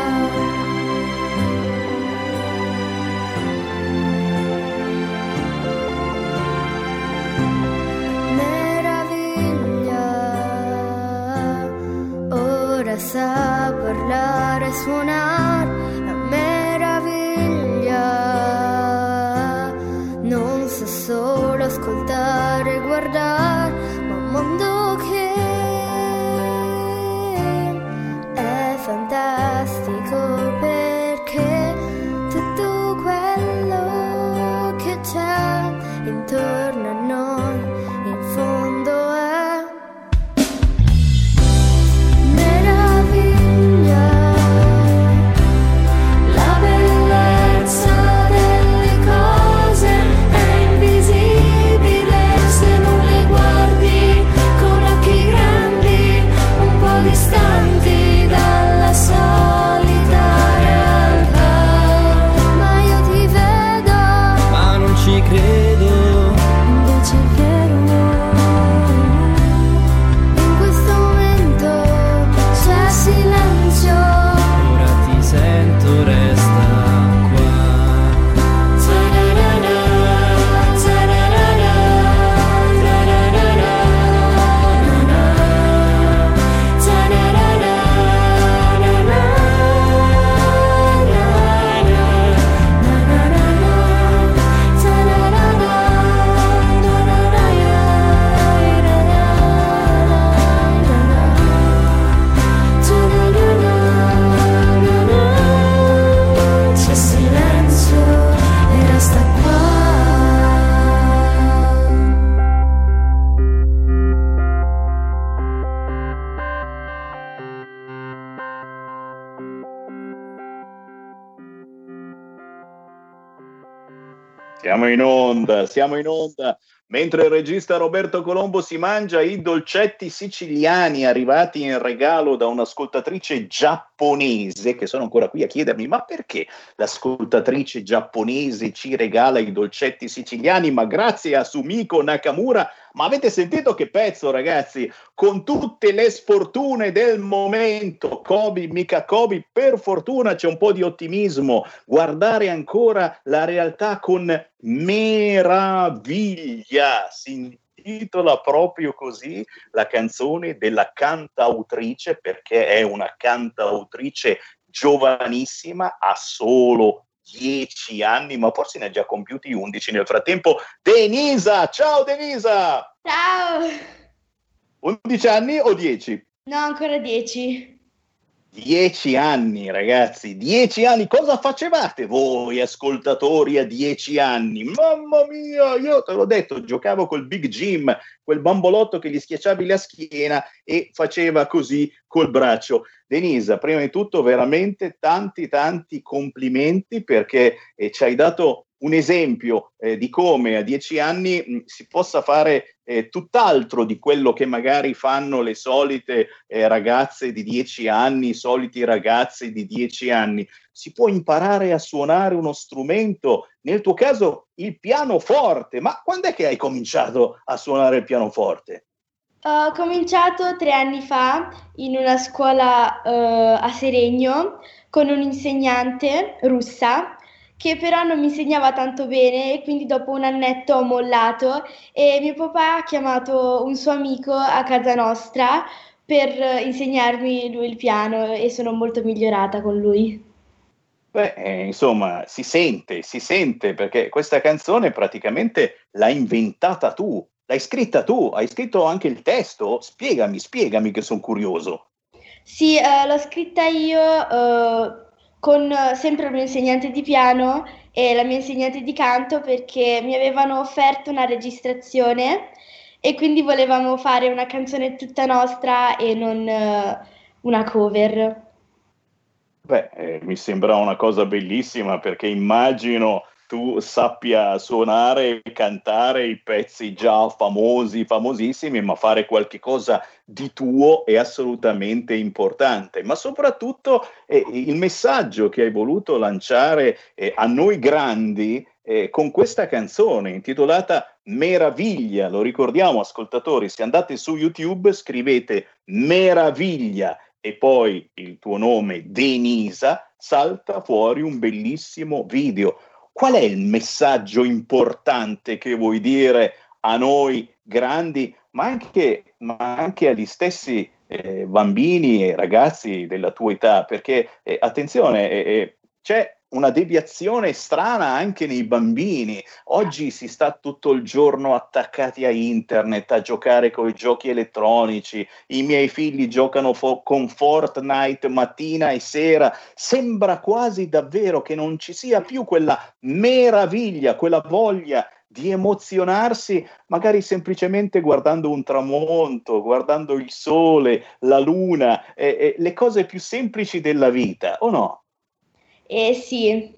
Meraviglia, ora sa parlare e suonare. La meraviglia non sa solo ascoltare e guardare, ma un mondo che è fantastico, perché tutto quello che c'è intorno a noi in fondo è meraviglia. La bellezza delle cose è invisibile se non le guardi con occhi grandi, un po' distanti dalla solita realtà. Ma io ti vedo, Ma non ci credo. invece è vero. In questo momento c'è silenzio. Ora ti sento, resta qua. Ta-na-na-na, ta-na-na-na, ta-na-na-na, ta-na-na-na, c'è silenzio e resta qua. Siamo in onda, siamo in onda. Mentre il regista Roberto Colombo si mangia i dolcetti siciliani arrivati in regalo da un'ascoltatrice giapponese, che sono ancora qui a chiedermi ma perché l'ascoltatrice giapponese ci regala i dolcetti siciliani? Ma grazie a Sumiko Nakamura. Ma avete sentito che pezzo, ragazzi? Con tutte le sfortune del momento, Kobe, mica Kobe, per fortuna c'è un po' di ottimismo. Guardare ancora la realtà con meraviglia. Si intitola proprio così la canzone della cantautrice, perché è una cantautrice giovanissima, ha solo 10 anni, ma forse ne ha già compiuti 11 nel frattempo. Denisa, ciao Denisa! Ciao! 11 anni o 10? No, ancora 10. 10 anni, ragazzi, 10 anni. Cosa facevate voi, ascoltatori, a 10 anni? Mamma mia, io te l'ho detto, giocavo col Big Jim, quel bambolotto che gli schiacciavi la schiena e faceva così col braccio. Denisa, prima di tutto veramente tanti complimenti, perché ci hai dato un esempio di come a 10 anni si possa fare tutt'altro di quello che magari fanno le solite ragazze di 10 anni, i soliti ragazzi di 10 anni. Si può imparare a suonare uno strumento, nel tuo caso il pianoforte. Ma quando è che hai cominciato a suonare il pianoforte? Ho cominciato 3 anni fa in una scuola a Seregno con un'insegnante russa che però non mi insegnava tanto bene, e quindi dopo un annetto ho mollato e mio papà ha chiamato un suo amico a casa nostra per insegnarmi lui il piano e sono molto migliorata con lui. Beh, insomma, si sente, perché questa canzone praticamente l'hai inventata tu, l'hai scritta tu, hai scritto anche il testo? Spiegami che sono curioso. Sì, l'ho scritta io con sempre il mio insegnante di piano e la mia insegnante di canto, perché mi avevano offerto una registrazione e quindi volevamo fare una canzone tutta nostra e non una cover. Beh, mi sembra una cosa bellissima, perché immagino tu sappia suonare e cantare i pezzi già famosi, famosissimi, ma fare qualche cosa di tuo è assolutamente importante. Ma soprattutto il messaggio che hai voluto lanciare a noi grandi con questa canzone intitolata Meraviglia. Lo ricordiamo, ascoltatori, se andate su YouTube scrivete Meraviglia e poi il tuo nome Denisa, salta fuori un bellissimo video. Qual è il messaggio importante che vuoi dire a noi grandi, ma anche agli stessi bambini e ragazzi della tua età? Perché, attenzione, c'è una deviazione strana anche nei bambini. Oggi si sta tutto il giorno attaccati a internet, a giocare con i giochi elettronici. I miei figli giocano con Fortnite mattina e sera. Sembra quasi davvero che non ci sia più quella meraviglia, quella voglia di emozionarsi, magari semplicemente guardando un tramonto, guardando il sole, la luna, le cose più semplici della vita, o no? Sì,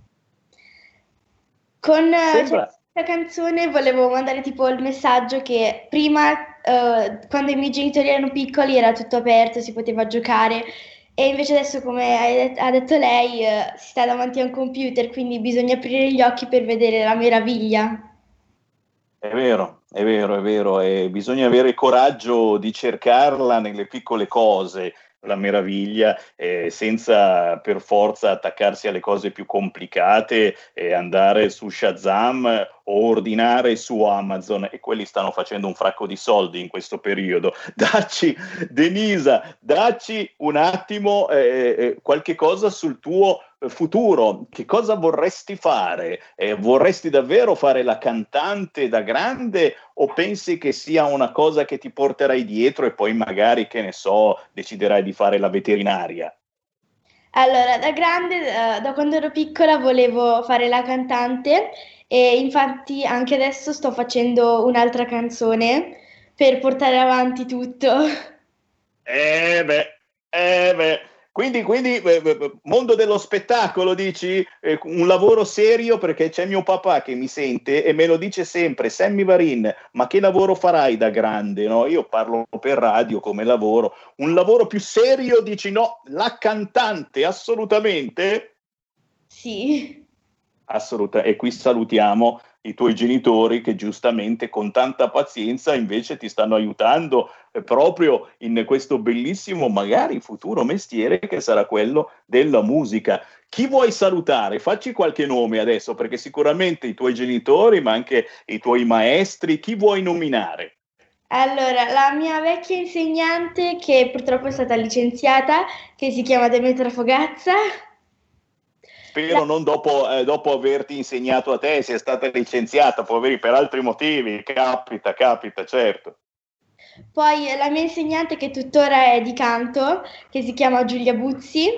con questa canzone volevo mandare tipo il messaggio che prima, quando i miei genitori erano piccoli, era tutto aperto, si poteva giocare, e invece adesso, come ha detto lei, si sta davanti a un computer, quindi bisogna aprire gli occhi per vedere la meraviglia. È vero, e bisogna avere coraggio di cercarla nelle piccole cose, la meraviglia, senza per forza attaccarsi alle cose più complicate e andare su Shazam o ordinare su Amazon, e quelli stanno facendo un fracco di soldi in questo periodo. Denisa, dacci un attimo qualche cosa sul tuo futuro. Che cosa vorresti fare? Vorresti davvero fare la cantante da grande, o pensi che sia una cosa che ti porterai dietro e poi magari, che ne so, deciderai di fare la veterinaria? Allora, da grande, da quando ero piccola, volevo fare la cantante, e infatti anche adesso sto facendo un'altra canzone per portare avanti tutto. Quindi mondo dello spettacolo, dici? Un lavoro serio, perché c'è mio papà che mi sente e me lo dice sempre: Sammy Varin, ma che lavoro farai da grande? No? Io parlo per radio come lavoro. Un lavoro più serio, dici? No, la cantante, assolutamente? Sì. E qui salutiamo i tuoi genitori, che giustamente con tanta pazienza invece ti stanno aiutando proprio in questo bellissimo, magari futuro mestiere che sarà quello della musica. Chi vuoi salutare? Facci qualche nome adesso, perché sicuramente i tuoi genitori, ma anche i tuoi maestri, chi vuoi nominare? Allora, la mia vecchia insegnante, che purtroppo è stata licenziata, che si chiama Demetra Fogazza. Spero non dopo averti insegnato a te, sia stata licenziata, poveri, per altri motivi. Capita, certo. Poi la mia insegnante, che tuttora è di canto, che si chiama Giulia Buzzi,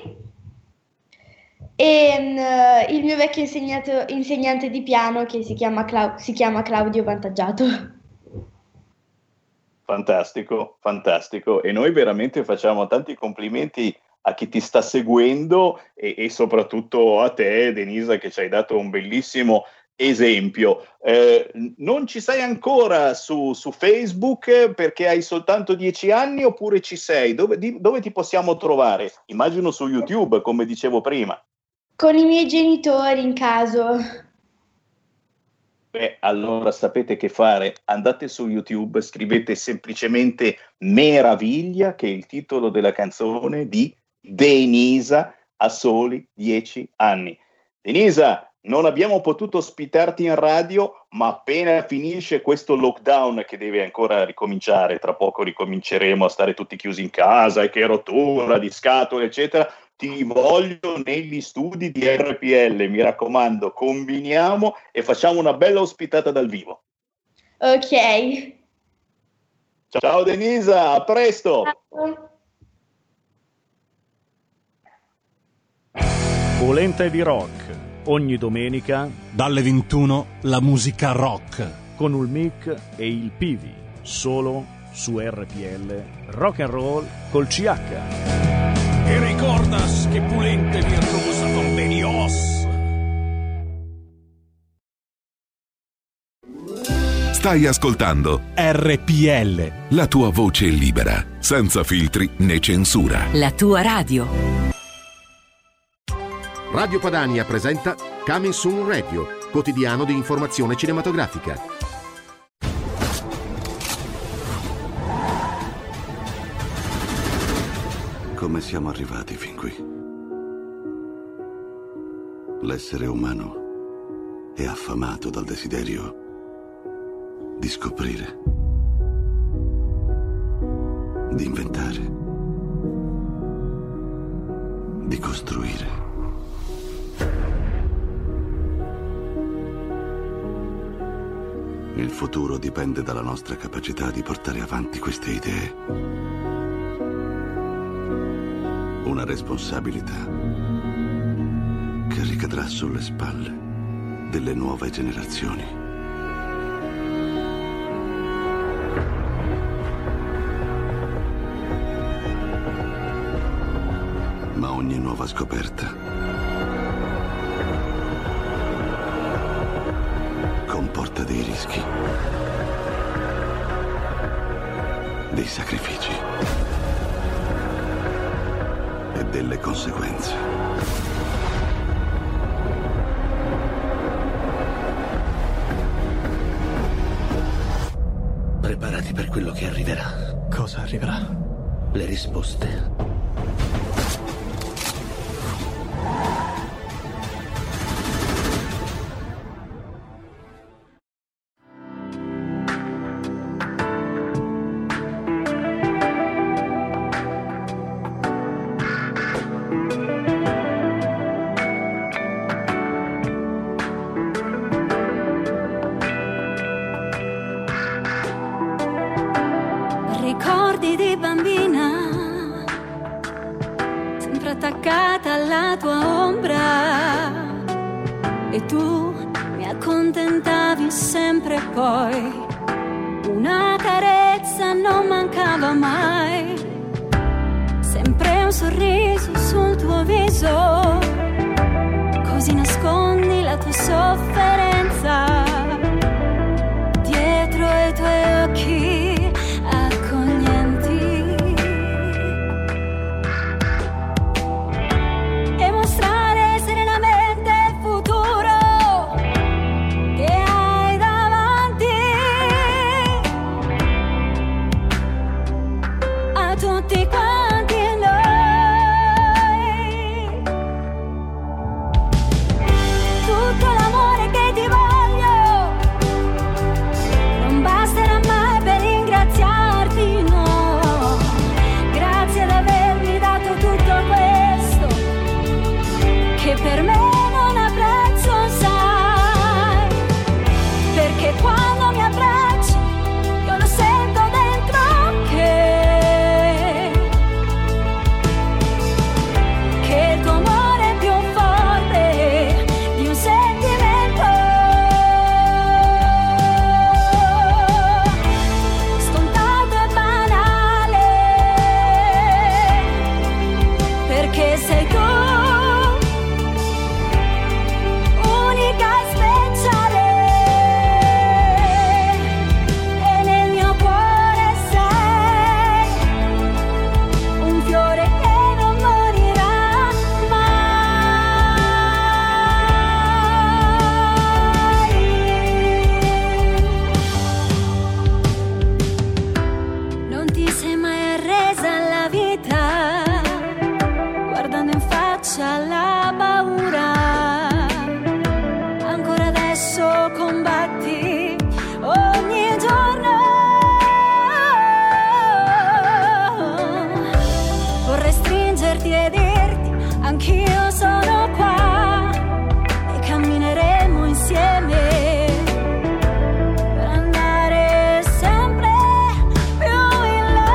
e il mio vecchio insegnante di piano, che si chiama Claudio Vantaggiato. Fantastico. E noi veramente facciamo tanti complimenti a chi ti sta seguendo e soprattutto a te, Denisa, che ci hai dato un bellissimo esempio. Non ci sei ancora su Facebook perché hai soltanto 10 anni, oppure ci sei? Dove ti possiamo trovare? Immagino su YouTube, come dicevo prima. Con i miei genitori, in caso. Allora sapete che fare, andate su YouTube, scrivete semplicemente Meraviglia, che è il titolo della canzone di Denisa, a soli 10 anni. Denisa, non abbiamo potuto ospitarti in radio, ma appena finisce questo lockdown, che deve ancora ricominciare, tra poco ricominceremo a stare tutti chiusi in casa, e che rottura di scatole eccetera, ti voglio negli studi di RPL, mi raccomando, combiniamo e facciamo una bella ospitata dal vivo. Ok. Ciao Denisa, a presto. Ciao. Polenta di rock, ogni domenica dalle 21 la musica rock con il Mic e il Pivi. solo su RPL Rock and Roll col CH. E ricordas che pulente e virtuosa convenios. Stai ascoltando RPL, la tua voce libera, senza filtri né censura. La tua radio. Radio Padania presenta Coming Soon Radio, quotidiano di informazione cinematografica. Come siamo arrivati fin qui? L'essere umano è affamato dal desiderio di scoprire, di inventare, di costruire. Il futuro dipende dalla nostra capacità di portare avanti queste idee. Una responsabilità che ricadrà sulle spalle delle nuove generazioni. Ma ogni nuova scoperta comporta dei rischi, dei sacrifici e delle conseguenze. Preparati per quello che arriverà. Cosa arriverà? Le risposte. Ricordi di bambina, sempre attaccata alla tua ombra, e tu mi accontentavi sempre, poi una carezza non mancava mai, sempre un sorriso sul tuo viso, così nascondi la tua sofferenza dietro ai tuoi occhi per me non ha prezzo, sai, perché quando mi abbracci io lo sento dentro che il tuo amore è più forte di un sentimento scontato e banale, perché sei tu la paura, ancora adesso combatti ogni giorno, vorrei stringerti e dirti anch'io sono qua e cammineremo insieme per andare sempre più in là.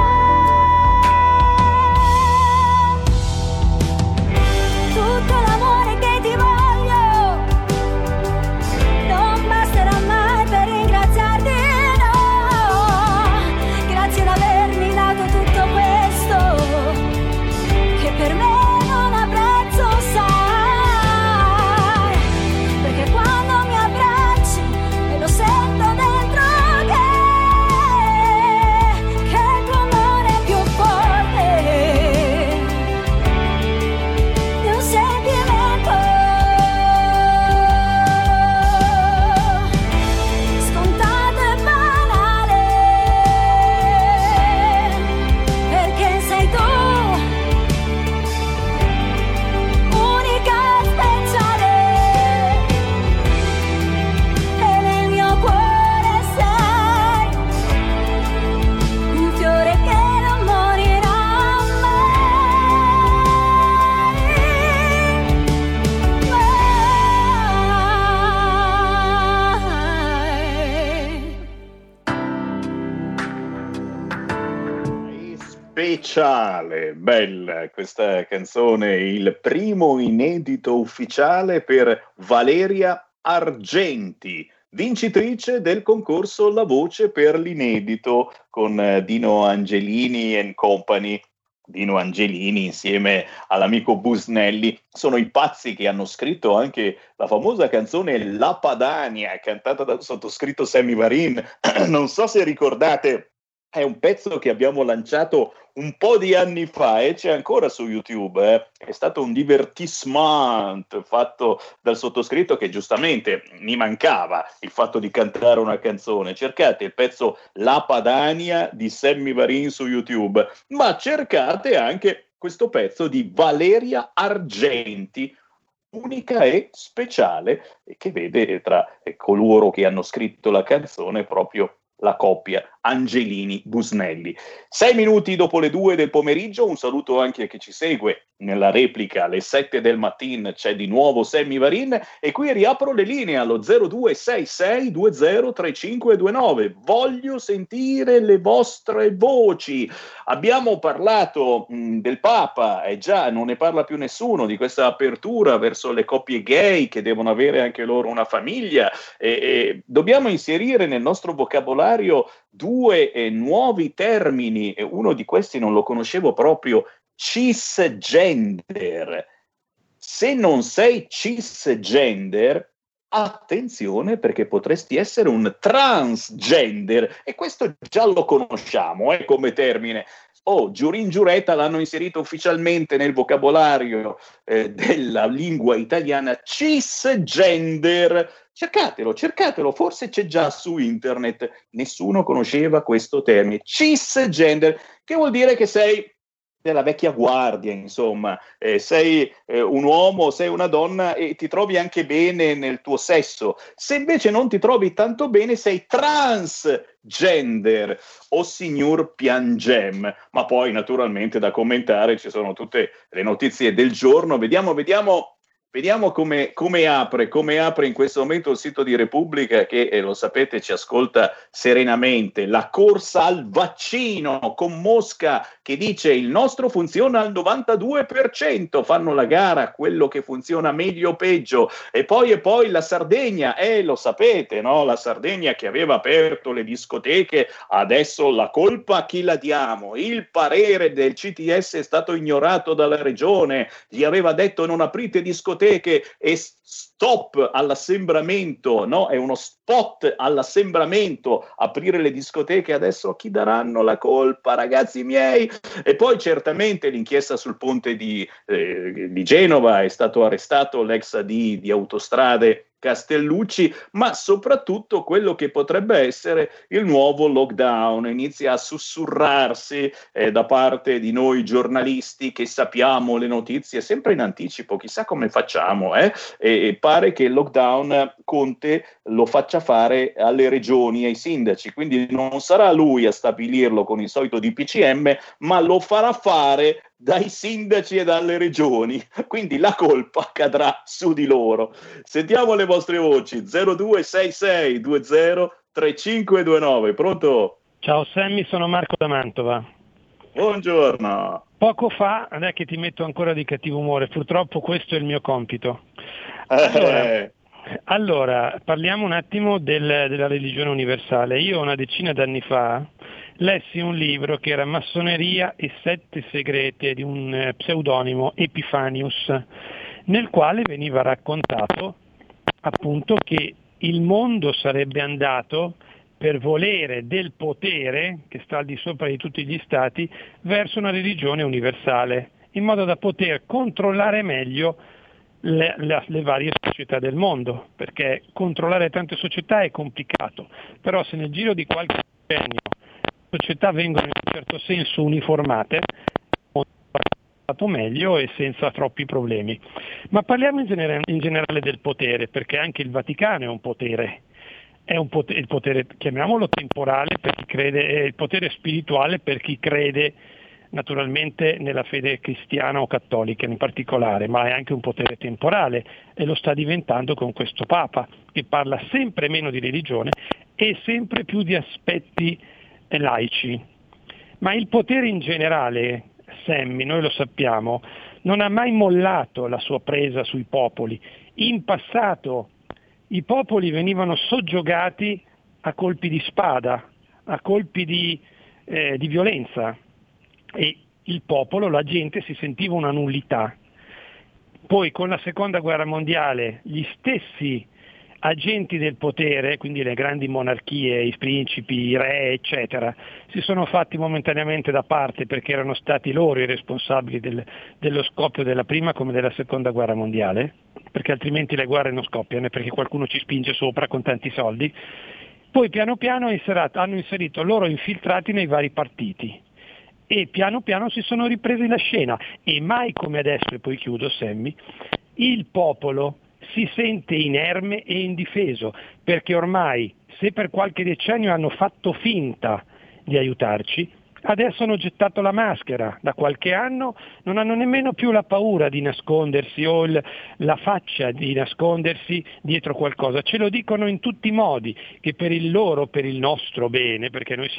Tutto l'amore che ti voglio non basterà mai per ringraziarti, no, Speciale, bella questa canzone, il primo inedito ufficiale per Valeria Argenti, vincitrice del concorso La Voce per l'inedito con Dino Angelini and Company. Dino Angelini insieme all'amico Busnelli sono i pazzi che hanno scritto anche la famosa canzone La Padania, cantata dal sottoscritto Sammy Varin. Non so se ricordate, è un pezzo che abbiamo lanciato un po' di anni fa e c'è ancora su YouTube. È stato un divertissement fatto dal sottoscritto, che giustamente mi mancava il fatto di cantare una canzone. Cercate il pezzo La Padania di Sammy Varin su YouTube, ma cercate anche questo pezzo di Valeria Argenti, unica e speciale, che vede tra coloro che hanno scritto la canzone proprio la coppia Angelini-Busnelli. 6 minuti dopo le 2 del pomeriggio, un saluto anche a chi ci segue nella replica alle 7 del mattino, c'è di nuovo Sammy Varin e qui riapro le linee allo 0266203529. Voglio sentire le vostre voci. Abbiamo parlato del Papa, e già non ne parla più nessuno di questa apertura verso le coppie gay che devono avere anche loro una famiglia, e dobbiamo inserire nel nostro vocabolario 2 nuovi termini, e uno di questi non lo conoscevo proprio: cisgender. Se non sei cisgender, attenzione, perché potresti essere un transgender, e questo già lo conosciamo come termine. Giurin Giuretta l'hanno inserito ufficialmente nel vocabolario della lingua italiana, cisgender. Cercatelo, forse c'è già su internet. Nessuno conosceva questo termine, cisgender, che vuol dire che sei della vecchia guardia, insomma, sei un uomo, sei una donna e ti trovi anche bene nel tuo sesso. Se invece non ti trovi tanto bene, sei transgender o signor piangem. Ma poi naturalmente da commentare ci sono tutte le notizie del giorno. Vediamo come apre in questo momento il sito di Repubblica, che lo sapete ci ascolta serenamente. La corsa al vaccino, con Mosca che dice il nostro funziona al 92%, fanno la gara, quello che funziona meglio o peggio. E poi la Sardegna, lo sapete, no? La Sardegna che aveva aperto le discoteche, adesso la colpa a chi la diamo? Il parere del CTS è stato ignorato dalla regione, gli aveva detto non aprite discoteche e stop all'assembramento, no? È uno spot all'assembramento aprire le discoteche, adesso a chi daranno la colpa, ragazzi miei? E poi certamente l'inchiesta sul ponte di Genova, è stato arrestato l'ex AD di Autostrade Castellucci, ma soprattutto quello che potrebbe essere il nuovo lockdown inizia a sussurrarsi da parte di noi giornalisti che sappiamo le notizie sempre in anticipo, chissà come facciamo, e pare che il lockdown Conte lo faccia fare alle regioni, ai sindaci, quindi non sarà lui a stabilirlo con il solito DPCM, ma lo farà fare dai sindaci e dalle regioni, quindi la colpa cadrà su di loro. Sentiamo le vostre voci. 0266203529. Pronto? Ciao Sammy, sono Marco da Mantova. Buongiorno. Poco fa, non è che ti metto ancora di cattivo umore, purtroppo questo è il mio compito. Allora, parliamo un attimo della religione universale. Io una decina d'anni fa lessi un libro che era Massoneria e sette segrete di un pseudonimo Epifanius, nel quale veniva raccontato appunto che il mondo sarebbe andato per volere del potere che sta al di sopra di tutti gli stati verso una religione universale, in modo da poter controllare meglio le varie società del mondo, perché controllare tante società è complicato, però se nel giro di qualche decennio le società vengono in un certo senso uniformate, meglio e senza troppi problemi. Ma parliamo in generale del potere, perché anche il Vaticano è un potere. Il potere, chiamiamolo temporale per chi crede, e il potere spirituale per chi crede naturalmente nella fede cristiana o cattolica in particolare, ma è anche un potere temporale e lo sta diventando con questo Papa che parla sempre meno di religione e sempre più di aspetti laici. Ma il potere in generale, Sammy, noi lo sappiamo, non ha mai mollato la sua presa sui popoli. In passato i popoli venivano soggiogati a colpi di spada, a colpi di violenza, e il popolo, la gente si sentiva una nullità. Poi con la seconda guerra mondiale gli stessi agenti del potere, quindi le grandi monarchie, i principi, i re, eccetera, si sono fatti momentaneamente da parte perché erano stati loro i responsabili dello scoppio della prima come della seconda guerra mondiale, perché altrimenti le guerre non scoppiano, perché qualcuno ci spinge sopra con tanti soldi. Poi piano piano hanno inserito loro infiltrati nei vari partiti e piano piano si sono ripresi la scena, e mai come adesso, e poi chiudo, Sammy, il popolo si sente inerme e indifeso, perché ormai, se per qualche decennio hanno fatto finta di aiutarci, adesso hanno gettato la maschera. Da qualche anno non hanno nemmeno più la paura di nascondersi o la faccia di nascondersi dietro qualcosa. Ce lo dicono in tutti i modi, che per il nostro bene, perché noi siamo...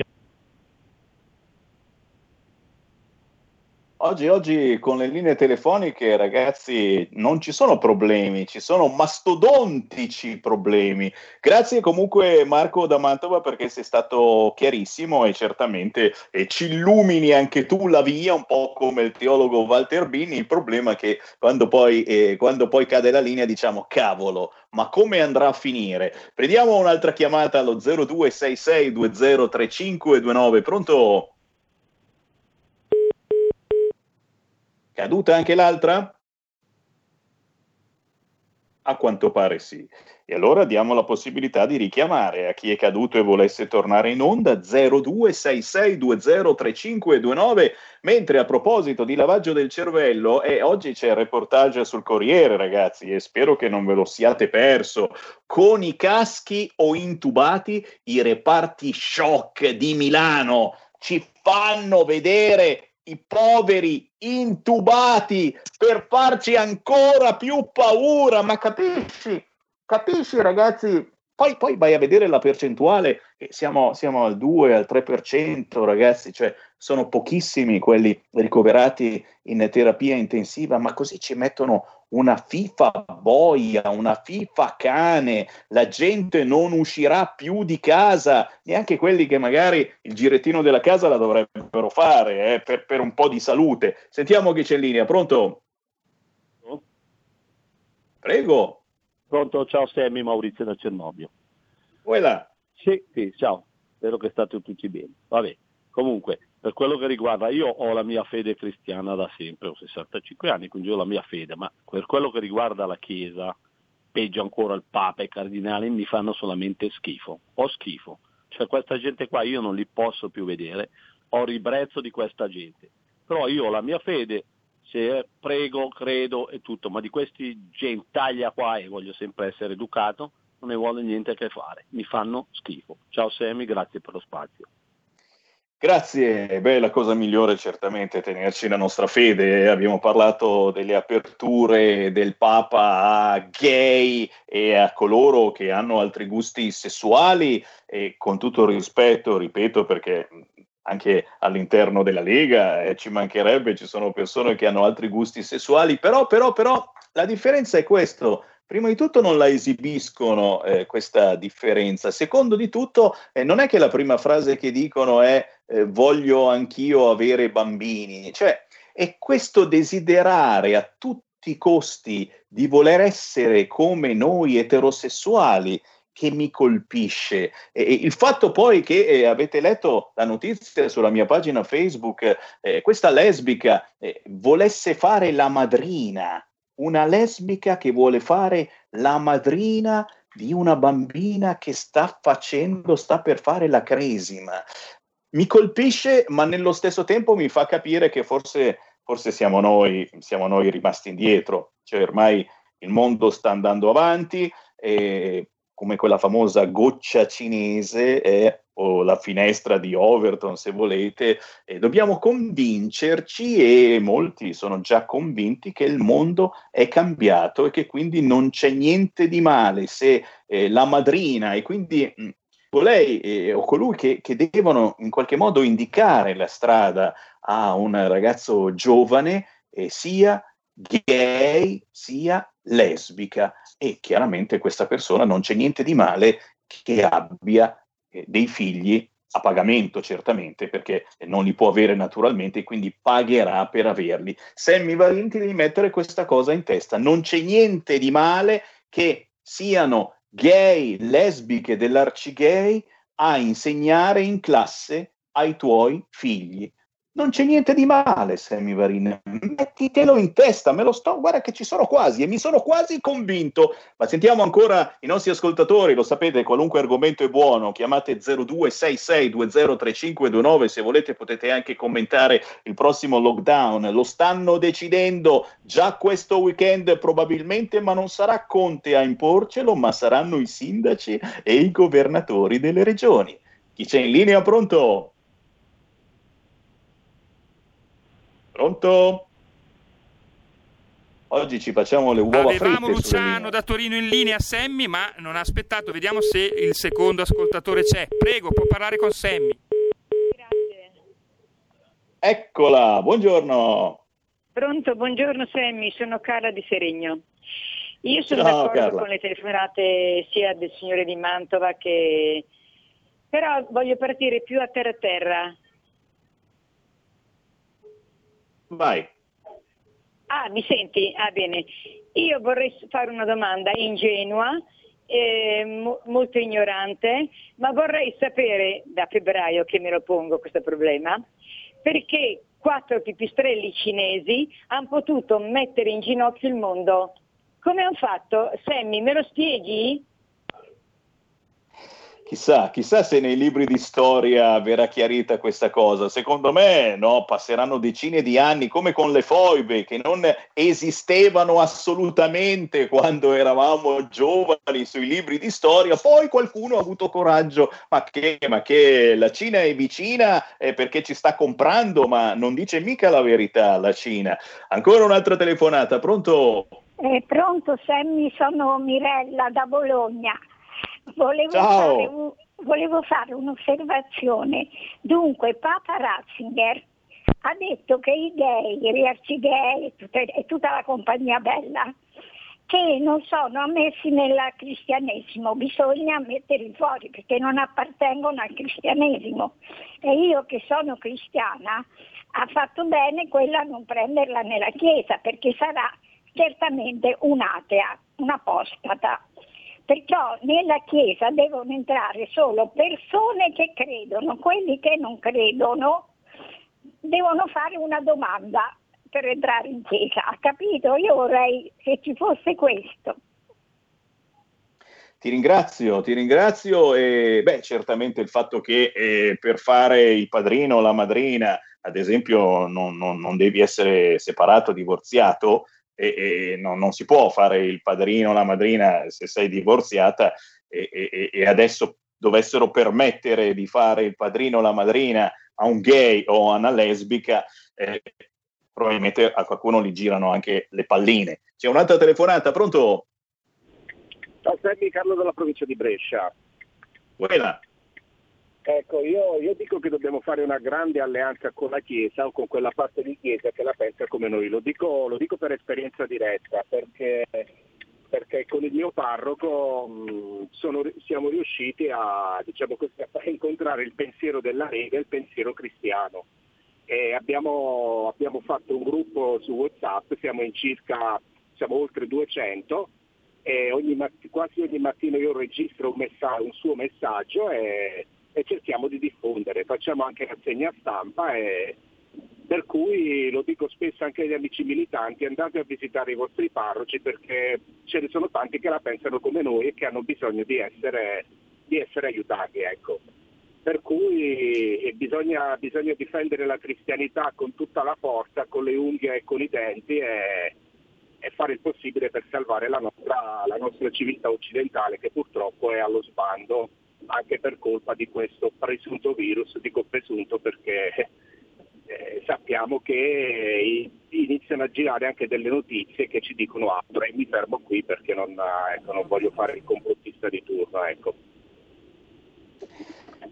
Oggi con le linee telefoniche, ragazzi, non ci sono problemi, ci sono mastodontici problemi. Grazie comunque Marco da Mantova, perché sei stato chiarissimo e certamente ci illumini anche tu la via, un po' come il teologo Walter Bini. Il problema è che quando poi cade la linea diciamo cavolo, ma come andrà a finire? Prendiamo un'altra chiamata allo 0266203529. Pronto? Caduta anche l'altra? A quanto pare sì. E allora diamo la possibilità di richiamare a chi è caduto e volesse tornare in onda 0266203529. Mentre a proposito di lavaggio del cervello, oggi c'è il reportage sul Corriere, ragazzi, e spero che non ve lo siate perso. Con i caschi o intubati, i reparti shock di Milano ci fanno vedere i poveri intubati per farci ancora più paura. Ma capisci ragazzi? Poi vai a vedere la percentuale, siamo al 2, al 3%, ragazzi, cioè sono pochissimi quelli ricoverati in terapia intensiva, ma così ci mettono una FIFA boia, una FIFA cane, la gente non uscirà più di casa, neanche quelli che magari il girettino della casa la dovrebbero fare per un po' di salute. Sentiamo chi c'è in linea, pronto? Prego. Pronto, ciao Sammy, Maurizio da Cernobbio. Voilà. Sì, ciao, spero che state tutti bene. Vabbè, comunque, per quello che riguarda, io ho la mia fede cristiana da sempre, ho 65 anni, quindi ho la mia fede, ma per quello che riguarda la Chiesa, peggio ancora il Papa e i cardinali, mi fanno solamente schifo. Ho schifo. Cioè questa gente qua io non li posso più vedere, ho ribrezzo di questa gente. Però io ho la mia fede, se prego, credo e tutto, ma di questi gentaglia qua, e voglio sempre essere educato, non ne vuole niente a che fare, mi fanno schifo. Ciao Sammy, grazie per lo spazio. Grazie, la cosa migliore certamente è tenerci la nostra fede. Abbiamo parlato delle aperture del Papa a gay e a coloro che hanno altri gusti sessuali, e con tutto il rispetto, ripeto, perché anche all'interno della Lega ci mancherebbe, ci sono persone che hanno altri gusti sessuali, però la differenza è questo. Prima di tutto non la esibiscono questa differenza. Secondo di tutto non è che la prima frase che dicono è voglio anch'io avere bambini, cioè è questo desiderare a tutti i costi di voler essere come noi eterosessuali che mi colpisce. Il fatto poi che avete letto la notizia sulla mia pagina Facebook, questa lesbica volesse fare la madrina, una lesbica che vuole fare la madrina di una bambina che sta per fare la cresima. Mi colpisce, ma nello stesso tempo mi fa capire che forse siamo noi rimasti indietro, cioè ormai il mondo sta andando avanti, come quella famosa goccia cinese o la finestra di Overton, se volete, dobbiamo convincerci, e molti sono già convinti, che il mondo è cambiato e che quindi non c'è niente di male se la madrina, e quindi colei o colui che devono in qualche modo indicare la strada a un ragazzo giovane, sia gay sia lesbica, e chiaramente questa persona non c'è niente di male che abbia dei figli a pagamento, certamente, perché non li può avere naturalmente e quindi pagherà per averli. Sammy Varin ti devi mettere questa cosa in testa: non c'è niente di male che siano gay, lesbiche dell'arcigay a insegnare in classe ai tuoi figli. Non c'è niente di male, Sammy Varin, mettitelo in testa, guarda che ci sono quasi e mi sono quasi convinto. Ma sentiamo ancora i nostri ascoltatori, lo sapete, qualunque argomento è buono, chiamate 0266203529, se volete potete anche commentare il prossimo lockdown, lo stanno decidendo già questo weekend probabilmente, ma non sarà Conte a imporcelo, ma saranno i sindaci e i governatori delle regioni. Chi c'è in linea? Pronto? Pronto? Oggi ci facciamo le uova fritte. Avevamo Luciano da Torino in linea, Sammy, ma non ha aspettato. Vediamo se il secondo ascoltatore c'è. Prego, può parlare con Sammy. Grazie. Eccola, buongiorno. Pronto, buongiorno Sammy, sono Carla di Seregno. Io sono Ciao, d'accordo Carla. con le telefonate sia del signore di Mantova che... Però voglio partire più a terra. Vai. Ah, mi senti? Ah, bene. Io vorrei fare una domanda ingenua, molto ignorante, ma vorrei sapere, da febbraio che me lo pongo questo problema, perché 4 pipistrelli cinesi hanno potuto mettere in ginocchio il mondo. Come hanno fatto? Sammy, me lo spieghi? Chissà se nei libri di storia verrà chiarita questa cosa. Secondo me no, passeranno decine di anni, come con le foibe, che non esistevano assolutamente quando eravamo giovani sui libri di storia. Poi qualcuno ha avuto coraggio, ma che la Cina è vicina perché ci sta comprando, ma non dice mica la verità la Cina. Ancora un'altra telefonata, pronto? Pronto Sammy, sono Mirella da Bologna. Volevo fare un'osservazione. Dunque, Papa Ratzinger ha detto che i gay, gli arcigay e tutta la compagnia bella, che non sono ammessi nel cristianesimo, bisogna metterli fuori perché non appartengono al cristianesimo. E io che sono cristiana, ha fatto bene quella a non prenderla nella Chiesa, perché sarà certamente un'atea, un'apostata. Perciò nella Chiesa devono entrare solo persone che credono, quelli che non credono devono fare una domanda per entrare in Chiesa, ha capito? Io vorrei che ci fosse questo. Ti ringrazio e certamente il fatto che per fare il padrino o la madrina, ad esempio, non devi essere separato, divorziato, e non si può fare il padrino o la madrina se sei divorziata e adesso dovessero permettere di fare il padrino o la madrina a un gay o a una lesbica, probabilmente a qualcuno gli girano anche le palline. C'è un'altra telefonata, pronto? Ciao Sammy, Carlo dalla provincia di Brescia. Buona. Ecco, io dico che dobbiamo fare una grande alleanza con la Chiesa o con quella parte di Chiesa che la pensa come noi. Lo dico per esperienza diretta, perché con il mio parroco siamo riusciti a incontrare il pensiero della Lega e il pensiero cristiano. E abbiamo fatto un gruppo su WhatsApp, siamo oltre 200 e quasi ogni mattina io registro un suo messaggio e cerchiamo di diffondere, facciamo anche rassegna stampa e per cui lo dico spesso anche agli amici militanti: andate a visitare i vostri parroci perché ce ne sono tanti che la pensano come noi e che hanno bisogno di essere aiutati, ecco. Per cui bisogna difendere la cristianità con tutta la forza, con le unghie e con i denti e fare il possibile per salvare la nostra civiltà occidentale, che purtroppo è allo sbando anche per colpa di questo presunto virus. Dico presunto perché sappiamo che iniziano a girare anche delle notizie che ci dicono altro, e mi fermo qui perché non voglio fare il complottista di turno, ecco.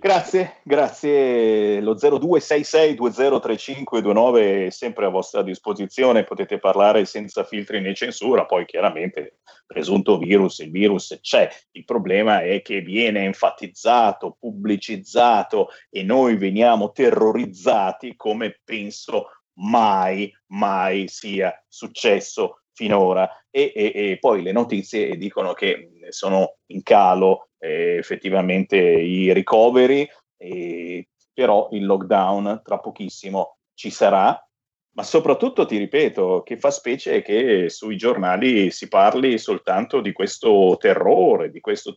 Grazie. Lo 0266203529 è sempre a vostra disposizione, potete parlare senza filtri né censura, poi chiaramente presunto virus, il virus c'è, il problema è che viene enfatizzato, pubblicizzato e noi veniamo terrorizzati come penso mai sia successo finora e poi le notizie dicono che sono in calo effettivamente i ricoveri, però il lockdown tra pochissimo ci sarà, ma soprattutto ti ripeto che fa specie che sui giornali si parli soltanto di questo terrore,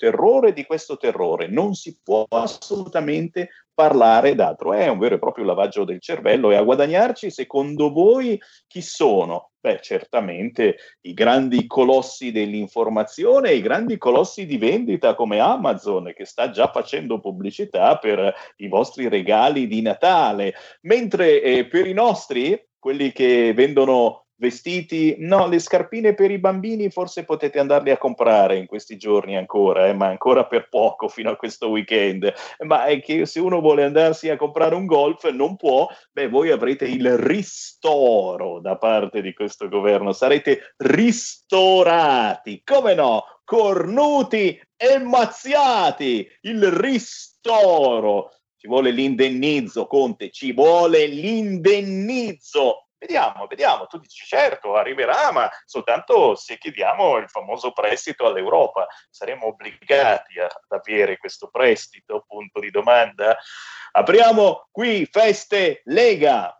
non si può assolutamente parlare d'altro, è un vero e proprio lavaggio del cervello. E a guadagnarci secondo voi chi sono? Beh, certamente i grandi colossi dell'informazione, i grandi colossi di vendita come Amazon, che sta già facendo pubblicità per i vostri regali di Natale, mentre per i nostri, quelli che vendono vestiti, no, le scarpine per i bambini forse potete andarle a comprare in questi giorni ancora, ma ancora per poco fino a questo weekend, ma è che se uno vuole andarsi a comprare un golf non può, voi avrete il ristoro da parte di questo governo, sarete ristorati, come no, cornuti e mazziati, il ristoro. Ci vuole l'indennizzo, Conte, ci vuole l'indennizzo. Vediamo, tu dici certo, arriverà, ma soltanto se chiediamo il famoso prestito all'Europa. Saremo obbligati ad avere questo prestito? Punto di domanda. Apriamo qui Feste Lega.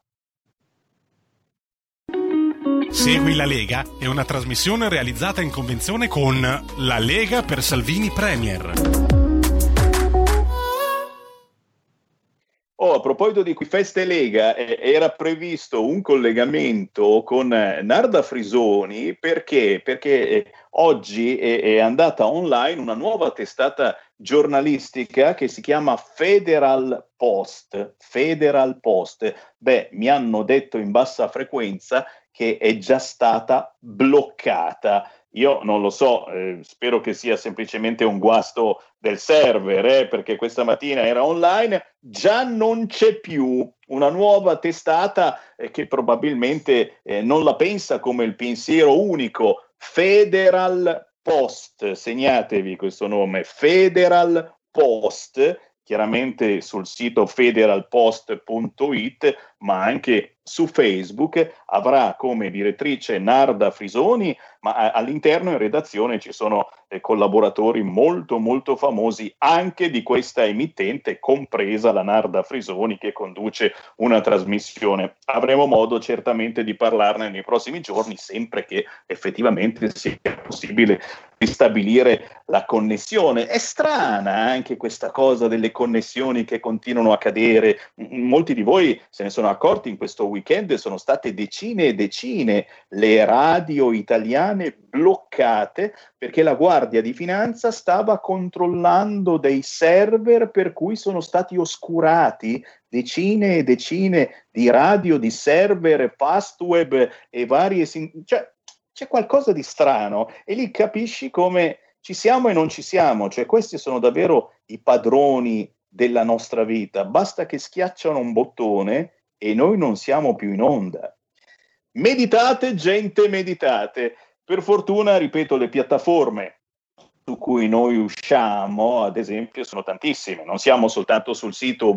Segui la Lega è una trasmissione realizzata in convenzione con La Lega per Salvini Premier. A proposito di Feste Lega, era previsto un collegamento con Narda Frisoni perché oggi è andata online una nuova testata giornalistica che si chiama Federal Post. Mi hanno detto in bassa frequenza che è già stata bloccata. Io non lo so, spero che sia semplicemente un guasto del server, perché questa mattina era online, già non c'è più una nuova testata che probabilmente non la pensa come il pensiero unico. Federal Post, segnatevi questo nome, Federal Post, chiaramente sul sito federalpost.it, ma anche su Facebook, avrà come direttrice Narda Frisoni, ma all'interno in redazione ci sono collaboratori molto molto famosi anche di questa emittente, compresa la Narda Frisoni che conduce una trasmissione. Avremo modo certamente di parlarne nei prossimi giorni, sempre che effettivamente sia possibile ristabilire la connessione. È strana anche questa cosa delle connessioni che continuano a cadere. Molti di voi se ne sono accorti in questo weekend, sono state decine e decine le radio italiane bloccate perché la Guardia di Finanza stava controllando dei server per cui sono stati oscurati decine e decine di radio, di server, Fastweb e varie... c'è qualcosa di strano e lì capisci come ci siamo e non ci siamo, cioè questi sono davvero i padroni della nostra vita, basta che schiacciano un bottone e noi non siamo più in onda. Meditate, gente, meditate. Per fortuna, ripeto, le piattaforme su cui noi usciamo, ad esempio, sono tantissime. Non siamo soltanto sul sito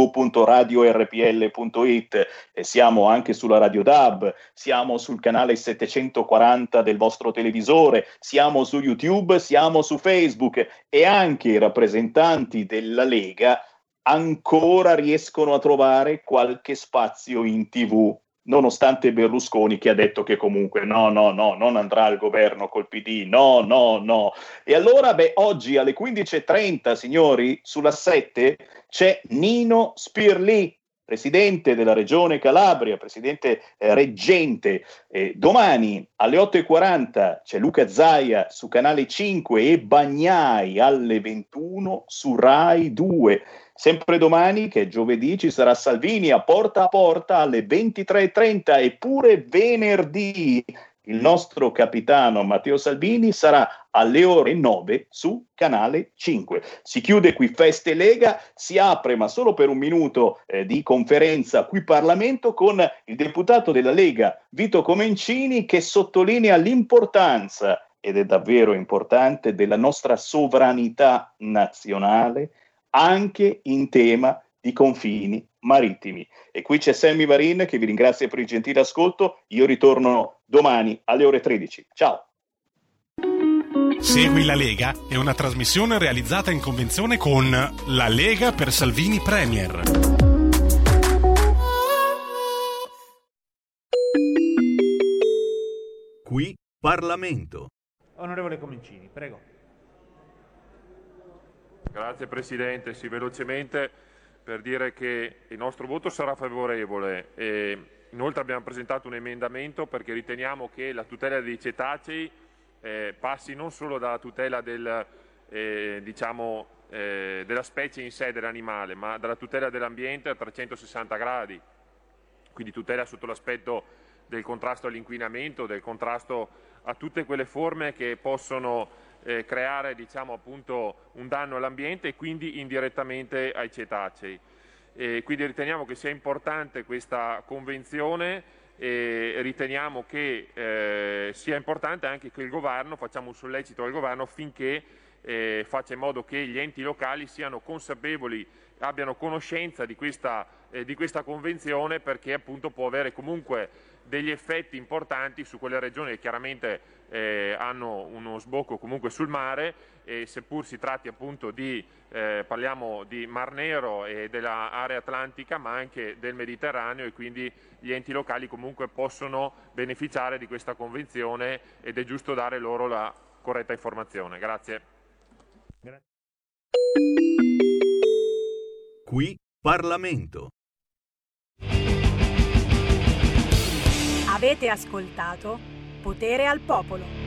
www.radiorpl.it, siamo anche sulla Radio DAB, siamo sul canale 740 del vostro televisore, siamo su YouTube, siamo su Facebook e anche i rappresentanti della Lega ancora riescono a trovare qualche spazio in TV, nonostante Berlusconi che ha detto che comunque no, non andrà al governo col PD, no. E allora, oggi alle 15.30, signori, sulla 7 c'è Nino Spirlì, presidente della Regione Calabria, presidente reggente. Domani alle 8.40 c'è Luca Zaia su Canale 5 e Bagnai alle 21 su Rai 2. Sempre domani, che è giovedì, ci sarà Salvini a porta alle 23.30 e pure venerdì il nostro capitano Matteo Salvini sarà alle ore 9 su Canale 5. Si chiude qui Feste Lega, si apre ma solo per un minuto di conferenza qui Parlamento con il deputato della Lega Vito Comencini, che sottolinea l'importanza, ed è davvero importante, della nostra sovranità nazionale anche in tema di confini marittimi. E qui c'è Sammy Varin che vi ringrazia per il gentile ascolto. Io ritorno domani alle ore 13. Ciao. Segui la Lega è una trasmissione realizzata in convenzione con La Lega per Salvini Premier. Qui Parlamento. Onorevole Comencini, prego. Grazie Presidente, sì, velocemente per dire che il nostro voto sarà favorevole e inoltre abbiamo presentato un emendamento perché riteniamo che la tutela dei cetacei passi non solo dalla tutela della specie in sé dell'animale, ma dalla tutela dell'ambiente a 360 gradi, quindi tutela sotto l'aspetto del contrasto all'inquinamento, del contrasto a tutte quelle forme che possono creare appunto un danno all'ambiente e quindi indirettamente ai cetacei. Quindi riteniamo che sia importante questa convenzione e riteniamo che sia importante anche che il governo, facciamo un sollecito al governo affinché faccia in modo che gli enti locali siano consapevoli, abbiano conoscenza di questa convenzione, perché appunto può avere comunque degli effetti importanti su quelle regioni che chiaramente hanno uno sbocco comunque sul mare, e seppur si tratti appunto parliamo di Mar Nero e dell'area atlantica, ma anche del Mediterraneo, e quindi gli enti locali comunque possono beneficiare di questa convenzione ed è giusto dare loro la corretta informazione. Grazie. Qui Parlamento. Avete ascoltato Potere al Popolo.